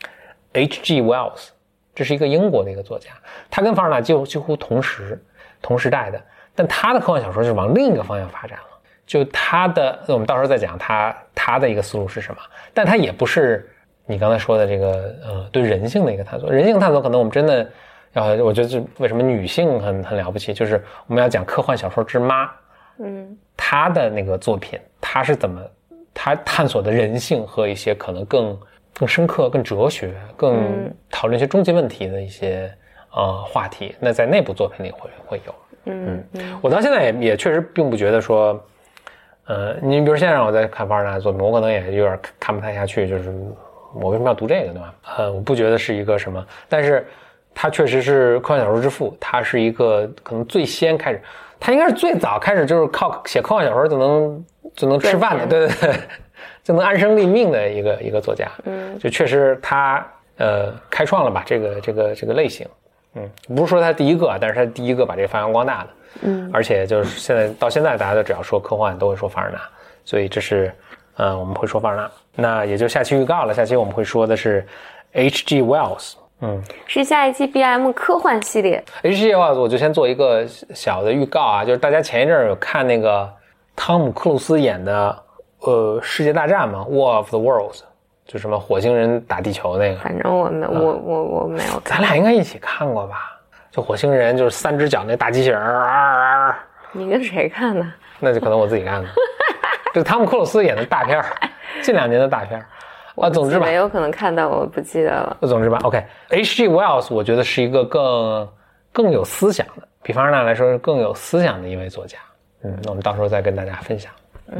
H.G. Wells。这是一个英国的一个作家，他跟凡尔纳几乎同时代的，但他的科幻小说是往另一个方向发展了。就我们到时候再讲他的一个思路是什么，但他也不是你刚才说的这个对人性的一个探索。人性探索可能我们真的我觉得是为什么女性很了不起，就是我们要讲科幻小说之妈，他的那个作品，他探索的人性和一些可能更深刻、更哲学、更讨论一些终极问题的一些话题，那在那部作品里会有。我到现在也确实并不觉得说，你比如现在让我再看凡尔纳的作品，我可能也有点看不太下去，就是我为什么要读这个，对吧？我不觉得是一个什么，但是他确实是科幻小说之父，他是一个可能最先开始，他应该是最早开始就是靠写科幻小说就能吃饭的，对。就能安身立命的一个作家，就确实他开创了吧这个类型，不是说他第一个，但是他第一个把这个发扬光大的，而且就是到现在大家都只要说科幻都会说凡尔纳，所以这是我们会说凡尔纳，那也就下期预告了，下期我们会说的是 H.G. Wells， 是下一期 BM 科幻系列。 H.G. Wells 我就先做一个小的预告啊，就是大家前一阵有看那个汤姆克鲁斯演的。世界大战嘛 ，War of the Worlds， 就什么火星人打地球那个。 反正我没有看。 咱俩应该一起看过吧？就火星人就是3只脚那大机器人儿。 你跟谁看的？ 那就可能我自己看的。这汤姆克鲁斯演的大片儿， 近2年的大片总之吧， 没有可能看到，我不记得了。 总之吧 ，OK，H.G. Wells 我觉得是一个更有思想的，比方说来说更有思想的一位作家。那我们到时候再跟大家分享。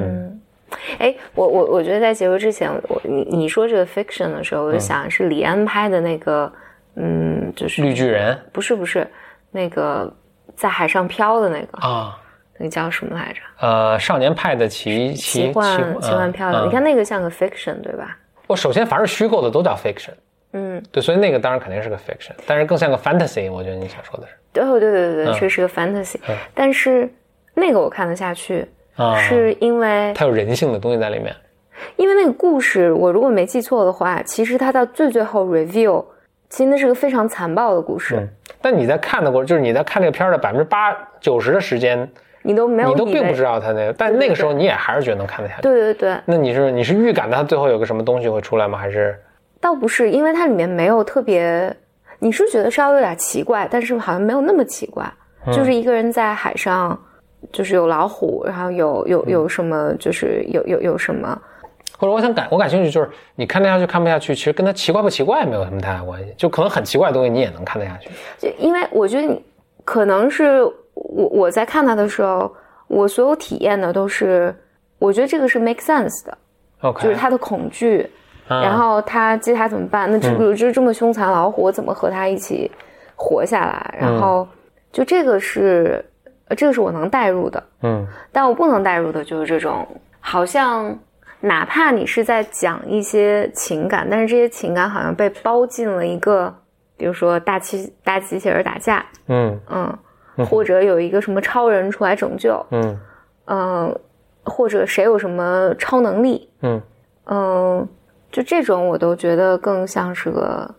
我觉得在结束之前，你说这个 fiction 的时候，我就想是李安拍的那个，就是绿巨人， 不是那个在海上漂的那个啊， 那个叫什么来着？ 少年派的奇幻漂流，你看那个像个 fiction 对吧？ 我首先凡是虚构的都叫 fiction， 对，所以那个当然肯定是个 fiction， 但是更像个 fantasy， 我觉得你想说的是。 对，这是个 fantasy，但是那个我看得下去，是因为它有人性的东西在里面。 因为那个故事，我如果没记错的话，其实它到最后 reveal， 其实那是个非常残暴的故事。 但你在看的过程，就是你在看这个片的80%-90%的时间。你都并不知道他那个，但那个时候你也还是觉得能看得下去。 对。那你是预感到他最后有个什么东西会出来吗？还是？ 倒不是，因为它里面没有特别，你是觉得稍微有点奇怪，但是好像没有那么奇怪，就是一个人在海上，就是有老虎，然后有什么，就是有什么。 或者我感兴趣，就是你看得下去看不下去，其实跟他奇怪不奇怪没有什么太大关系，就可能很奇怪的东西你也能看得下去。 就因为我觉得你可能是。我在看它的时候，我所有体验的都是，我觉得这个是 make sense 的，就是他的恐惧，然后他接下来怎么办？那就是这么凶残老虎，我怎么和他一起活下来？然后就这个是我能带入的，但我不能带入的就是这种，好像哪怕你是在讲一些情感，但是这些情感好像被包进了一个，比如说大机器人打架，或者有一个什么超人出来拯救，或者谁有什么超能力，就这种我都觉得更像是个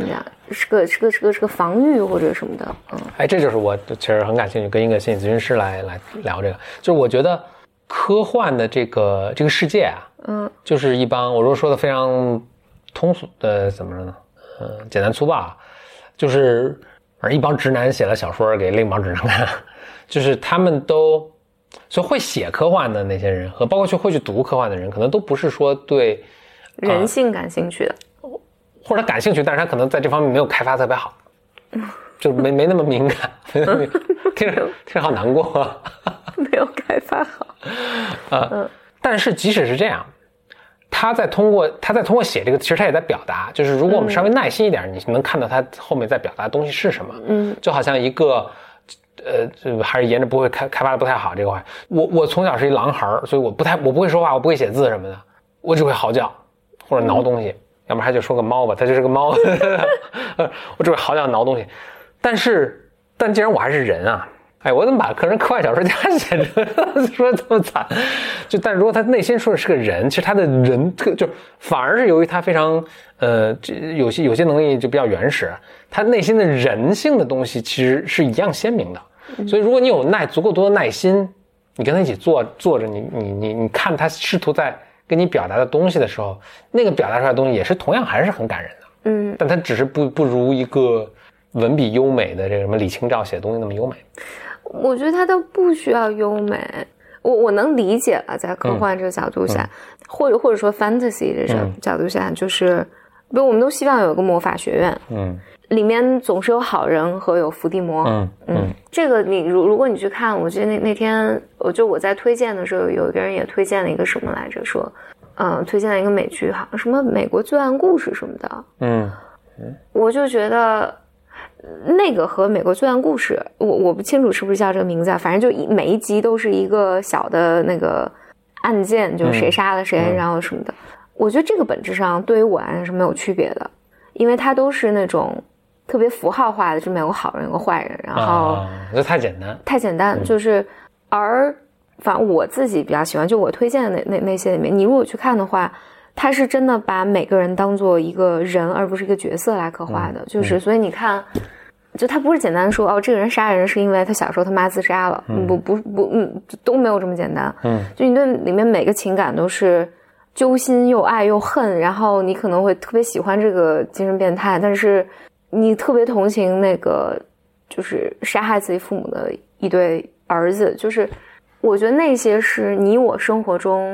防御或者什么的， 这就是我其实很感兴趣，跟一个心理咨询师来聊这个，就是我觉得科幻的这个世界啊，就是一帮我如果说的非常通俗的怎么说呢，简单粗暴，就是一帮直男写了小说给另一帮直男看，就是他们都，所以会写科幻的那些人和包括会去读科幻的人，可能都不是说对人性感兴趣的， 或者感兴趣，但是他可能在这方面没有开发特别好，就没那么敏感，听着好难过， 没有开发好， 但是即使是这样。他在通过写这个，其实他也在表达，就是如果我们稍微耐心一点，你能看到他后面在表达的东西是什么。就好像一个，还是沿着不会开发的不太好这个话，我从小是一狼孩，所以我不会说话，我不会写字什么的，我只会嚎叫或者挠东西，要不然他就说个猫吧，他就是个猫，我只会嚎叫挠东西。但既然我还是人啊。我怎么把科幻小说家写成说这么惨？但如果他内心说的是个人，其实他的人就反而是由于他非常有些能力就比较原始，他内心的人性的东西其实是一样鲜明的。所以如果你有足够多的耐心，你跟他一起坐着，你看他试图在跟你表达的东西的时候，那个表达出来的东西也是同样还是很感人的。但他只是不如一个文笔优美的这个什么李清照写的东西那么优美。 我觉得它都不需要优美，我能理解了，在科幻这个角度下，或者说 fantasy 这个角度下，就是比如我们都希望有个魔法学院，里面总是有好人和有伏地魔，这个你如果你去看，我记得那天我在推荐的时候，有一个人也推荐了一个什么来着，说推荐了一个美剧，好像什么美国罪案故事什么的，我就觉得。那个和美国罪案故事，我不清楚是不是叫这个名字啊，反正就每一集都是一个小的那个案件，就是谁杀了谁，然后什么的。我觉得这个本质上对于我来说是没有区别的，因为它都是那种特别符号化的，这么有个好人有个坏人，然后这太简单， 就是反正我自己比较喜欢，就我推荐的那些里面，你如果去看的话。他是真的把每个人当做一个人，而不是一个角色来刻画的，就是所以你看，就他不是简单说这个人杀人是因为他小时候他妈自杀了，都没有这么简单，就你对里面每个情感都是揪心又爱又恨，然后你可能会特别喜欢这个精神变态，但是你特别同情那个就是杀害自己父母的一对儿子，就是我觉得那些是你我生活中。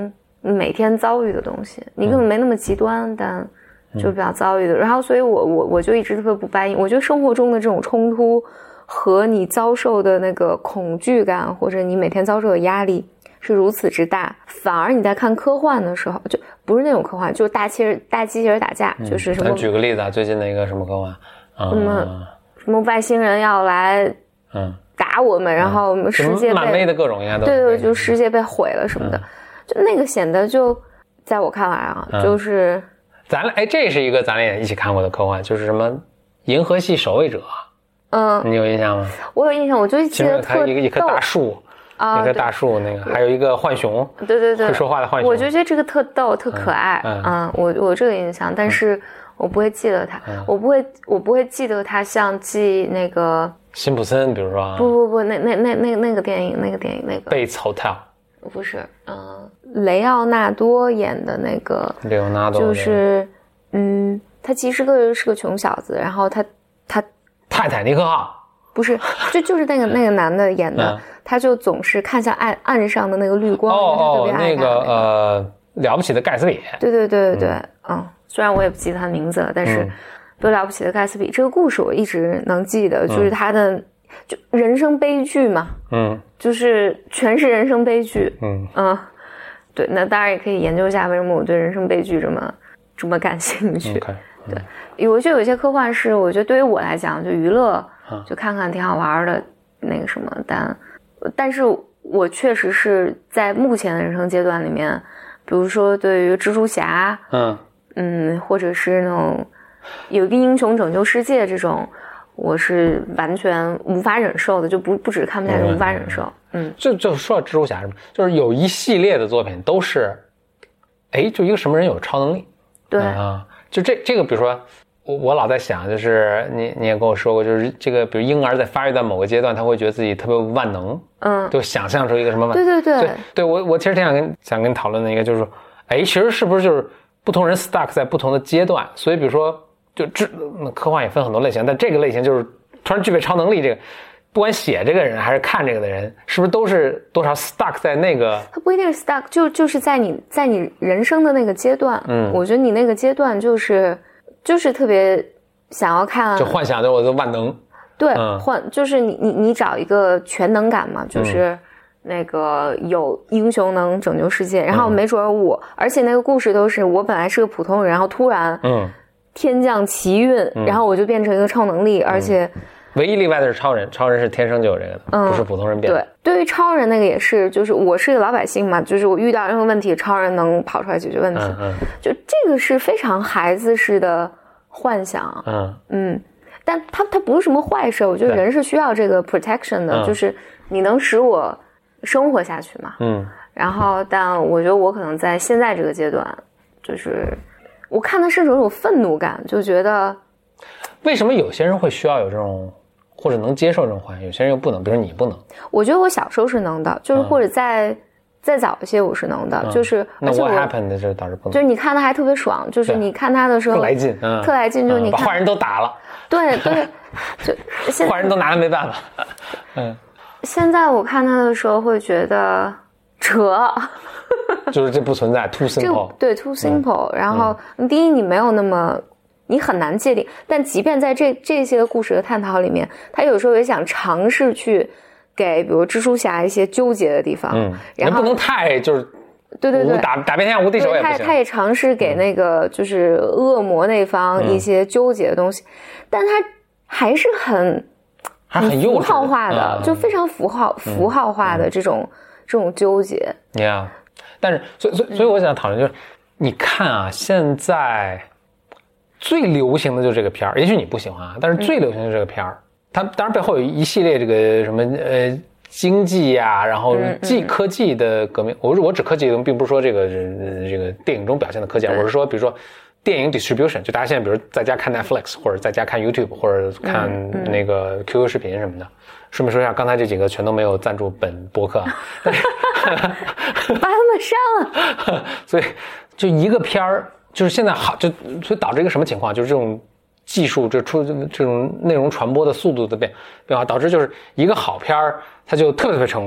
每天遭遇的东西，你可能没那么极端，但就比较遭遇的。然后所以我就一直特别不答应，我觉得生活中的这种冲突和你遭受的那个恐惧感，或者你每天遭受的压力是如此之大，反而你在看科幻的时候，就不是那种科幻，就是大机器人打架，就是什么。 举个例子啊，最近的一个什么科幻？ 什么外星人要来打我们，然后我们世界被漫威的各种应该都对，就世界被毁了什么的，就那个显得就在我看来啊，就是这是一个咱俩也一起看过的科幻，就是什么银河系守卫者，你有印象吗？ 我有印象，我就记得特一棵大树啊，一棵大树那个，还有一个浣熊， 对， 会说话的浣熊， 我就觉得这个特逗特可爱，我这个印象，但是我不会记得它，我不会记得它像记那个辛普森，比如说不，那个电影那个 Bates Hotel， 不是，雷奥纳多演的那个， 雷奥纳多就是他其实是个穷小子，然后他泰坦尼克号不是，就是那个男的演的，他就总是看向岸上的那个绿光，他特别爱那个了不起的盖茨比， 对，虽然我也不记得他的名字了，但是多了不起的盖茨比这个故事我一直能记得，就是他的就人生悲剧嘛，就是全是人生悲剧，对，那当然也可以研究一下为什么我对人生悲剧这么感兴趣。对，我觉得有些科幻是我觉得对于我来讲就娱乐，就看看挺好玩的那个什么，但是我确实是在目前的人生阶段里面，比如说对于蜘蛛侠，或者是那种有一个英雄拯救世界这种，我是完全无法忍受的，就不只是看不下去，无法忍受。 就说到蜘蛛侠什么，就是有一系列的作品都是，就一个什么人有超能力？ 对就这个，比如说我老在想，就是你也跟我说过，就是这个，比如婴儿在发育到某个阶段，他会觉得自己特别万能，就想象出一个什么万能。对，我其实挺想跟你讨论的一个，就是说，其实是不是就是不同人 stuck 在不同的阶段？所以比如说，就科幻也分很多类型，但这个类型就是突然具备超能力，这个不管写这个人还是看这个的人，是不是都是多少 stuck 在那个？ 他不一定是 stuck，就是在你人生的那个阶段，我觉得你那个阶段就是特别想要看， 就幻想着我的万能。 对，就是你找一个全能感嘛，就是那个有英雄能拯救世界，然后没准而且那个故事都是我本来是个普通人，然后突然天降奇运，然后我就变成一个超能力，而且唯一例外的是超人是天生就有这个的，不是普通人变的。 对于超人那个也是，就是我是一个老百姓嘛，就是我遇到任何问题，超人能跑出来解决问题，就这个是非常孩子式的幻想，但它不是什么坏事，我觉得人是需要这个 protection 的，就是你能使我生活下去嘛，然后但我觉得我可能在现在这个阶段，就是我看的甚至有种愤怒感，就觉得为什么有些人会需要有这种或者能接受这种幻想，有些人又不能，比如你不能。 我觉得我小时候是能的，就是或者再早一些我是能的，就是那 what happened 就导致不能， 就是你看他还特别爽，就是你看他的时候特来劲， 特来劲，就是你看把坏人都打了， 对，就坏人都拿他没办法， 现在我看他的时候会觉得扯， 就是这不存在 too simple， 对 too simple，然后第一你没有那么。你很难界定，但即便在这些故事的探讨里面，他有时候也想尝试去给比如蜘蛛侠一些纠结的地方，然后不能太就是对打遍天下无敌手也不行。 他也尝试给那个就是恶魔那方一些纠结的东西，但他还是很符号化的，就非常符号化的这种纠结。 Yeah， 但是所以我想讨论就是，你看啊，现在。最流行的就是这个片儿，也许你不喜欢啊，但是最流行的就是这个片儿。它当然背后有一系列这个什么经济啊，然后科技的革命。我指科技，并不是说这个电影中表现的科技，我是说比如说电影 distribution， 就大家现在比如在家看 Netflix， 或者在家看 YouTube， 或者看那个 QQ 视频什么的。顺便说一下，刚才这几个全都没有赞助本播客， 把他们删了。 所以就一个片儿。就是现在好，所以导致一个什么情况？就是这种技术，这种内容传播的速度的变化，导致就是一个好片儿，它就特别成功。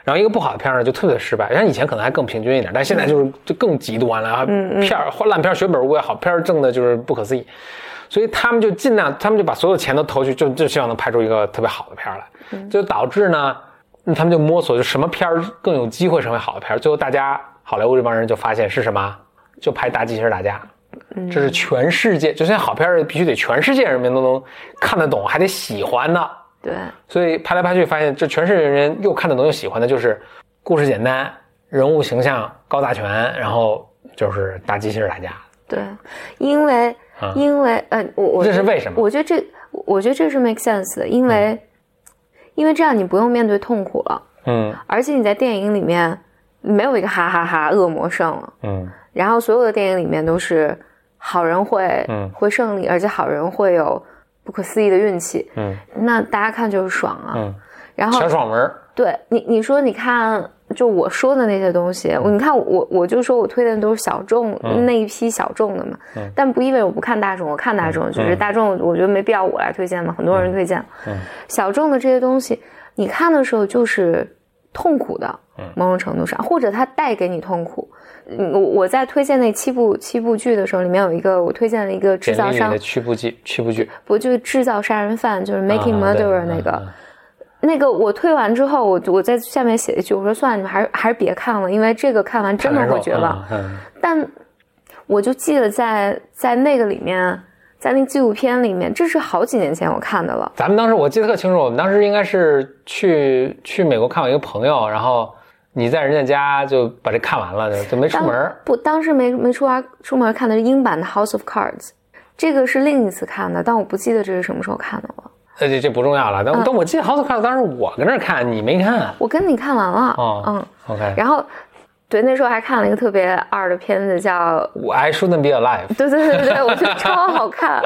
然后一个不好的片呢就特别失败，像以前可能还更平均一点，但现在就更极端了，烂片血本无归，好片挣的就是不可思议，所以他们就尽量，他们就把所有钱都投去，就希望能拍出一个特别好的片来，就导致呢，他们就摸索就什么片更有机会成为好的片，最后大家好莱坞这帮人就发现是什么，就拍大机器人打架。这是全世界，就现在好片必须得全世界人民都能看得懂，还得喜欢的。 对， 所以拍来拍去发现，这全世界人又看得懂又喜欢的就是故事简单，人物形象高大全，然后就是大机器人打架。 对，因为我这是为什么？ 我觉得这是 make sense 的，因为这样你不用面对痛苦了。而且你在电影里面没有一个哈哈哈恶魔胜了。然后所有的电影里面都是好人会胜利，而且好人会有不可思议的运气。那大家看就是爽啊。然后小爽文。对， 你说你看，就我说的那些东西，你看我就说我推荐的都是小众，那一批小众的嘛。但不意味着我不看大众，我看大众，就是大众我觉得没必要我来推荐嘛，很多人推荐。小众的这些东西，你看的时候就是痛苦的，某种程度上，或者它带给你痛苦。我在推荐那七部剧的时候，里面有一个我推荐了一个制造商的七部剧， 不就是制造杀人犯，就是 Making Murderer 那个我推完之后，我在下面写一句，我说算了，你们还是别看了，因为这个看完真的会绝望。但我就记得在那个里面，在那个纪录片里面，这是好几年前我看的了。 咱们当时我记得特清楚，我们当时应该是去美国看我一个朋友，然后你在人家家就把这看完了，就没出门。 不，当时没出门看的是英版的 House of Cards， 这个是另一次看的，但我不记得这是什么时候看的了。 这不重要了，但我记得 House of Cards 当时我跟那儿看，你没看。 我跟你看完了。 OK。 然后，对，那时候还看了一个特别二的片子叫 I Shouldn't Be Alive。 对，我觉得超好看。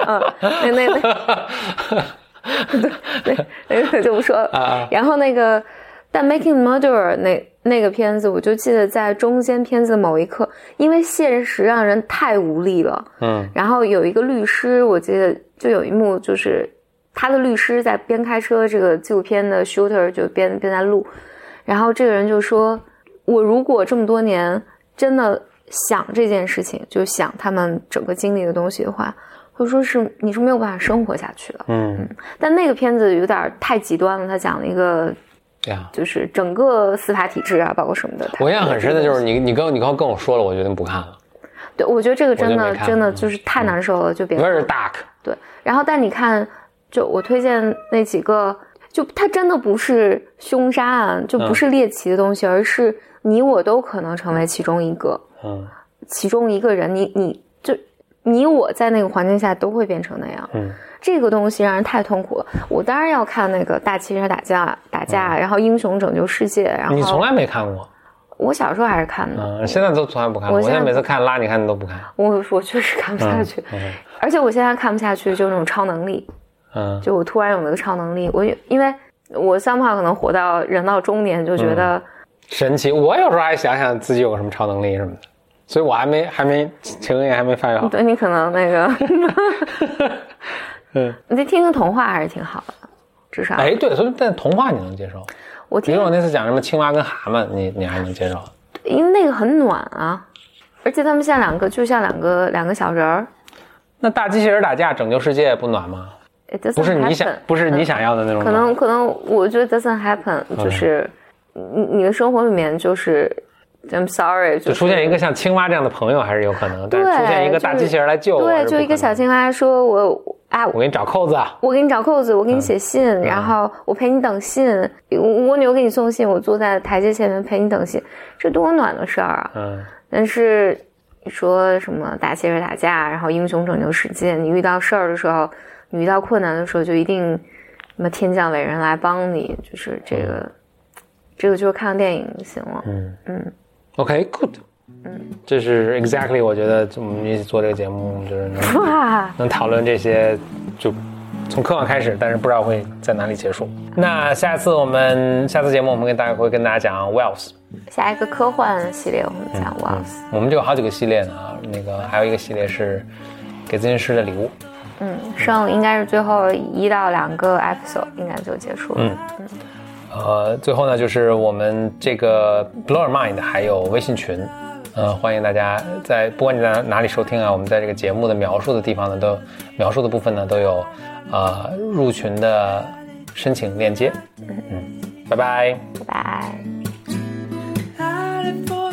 那个就不说了。然后但 Making Murderer 那个片子，我就记得在中间片子的某一刻，因为现实让人太无力了。然后有一个律师，我记得就有一幕，就是他的律师在边开车，这个纪录片的 shooter 就边在录，然后这个人就说，我如果这么多年真的想这件事情，就想他们整个经历的东西的话，或者说是你是没有办法生活下去的。但那个片子有点太极端了，他讲了一个就是整个司法体制啊，包括什么的。 我印象很深的就是你刚跟我说了，我决定不看了。 对，我觉得这个真的就是太难受了，就别看了。 Very dark。 对，然后但你看，就我推荐那几个，就它真的不是凶杀案，就不是猎奇的东西，而是你我都可能成为其中一个。其中一个人，你我在那个环境下都会变成那样。这个东西让人太痛苦了。我当然要看那个大汽车打架，然后英雄拯救世界。然后你从来没看过？ 我小时候还是看的。 现在都从来不看。我现在每次看拉你看你都不看。 我确实看不下去。而且我现在看不下去就那种超能力。就我突然有了个超能力，因为我somehow可能活到人到中年就觉得神奇。我有时候还想想自己有个什么超能力什么的，所以我还没情也还没发育好。 对，你可能那个你听个童话还是挺好的，至少。 对，所以但童话你能接受？比如我那次讲什么青蛙跟蛤蟆，你还能接受？ 因为那个很暖啊，而且他们像就像两个小人儿。 那大机器人打架拯救世界不暖吗？不是你想要的那种。 可能我觉得 doesn't happen， 就是你的生活里面就是。I'm sorry， 就出现一个像青蛙这样的朋友还是有可能，但是出现一个大机器人来救我， 对，就一个小青蛙说我给你找扣子， 我给你找扣子，我给你写信，然后我陪你等信，蜗牛给你送信，我坐在台阶前面陪你等信，这多暖的事儿啊！但是你说什么大机器人打架，然后英雄拯救世界，你遇到事儿的时候，你遇到困难的时候，就一定什么天降伟人来帮你，就是这个就是看电影就行了。 OK, good。这是 exactly 我觉得我们一起做这个节目就是能讨论这些，就从科幻开始，但是不知道会在哪里结束。那下次节目我们会跟大家讲 Wells。 下一个科幻系列我们讲 Wells。 我们就有好几个系列呢，还有一个系列是给咨询师的礼物。剩应该是最后1到2个 episode 应该就结束了。 最后呢，就是我们这个 Blow Your Mind 还有微信群，欢迎大家不管你在哪里收听啊，我们在这个节目的描述的地方呢，描述的部分呢都有入群的申请链接。拜拜， 拜拜。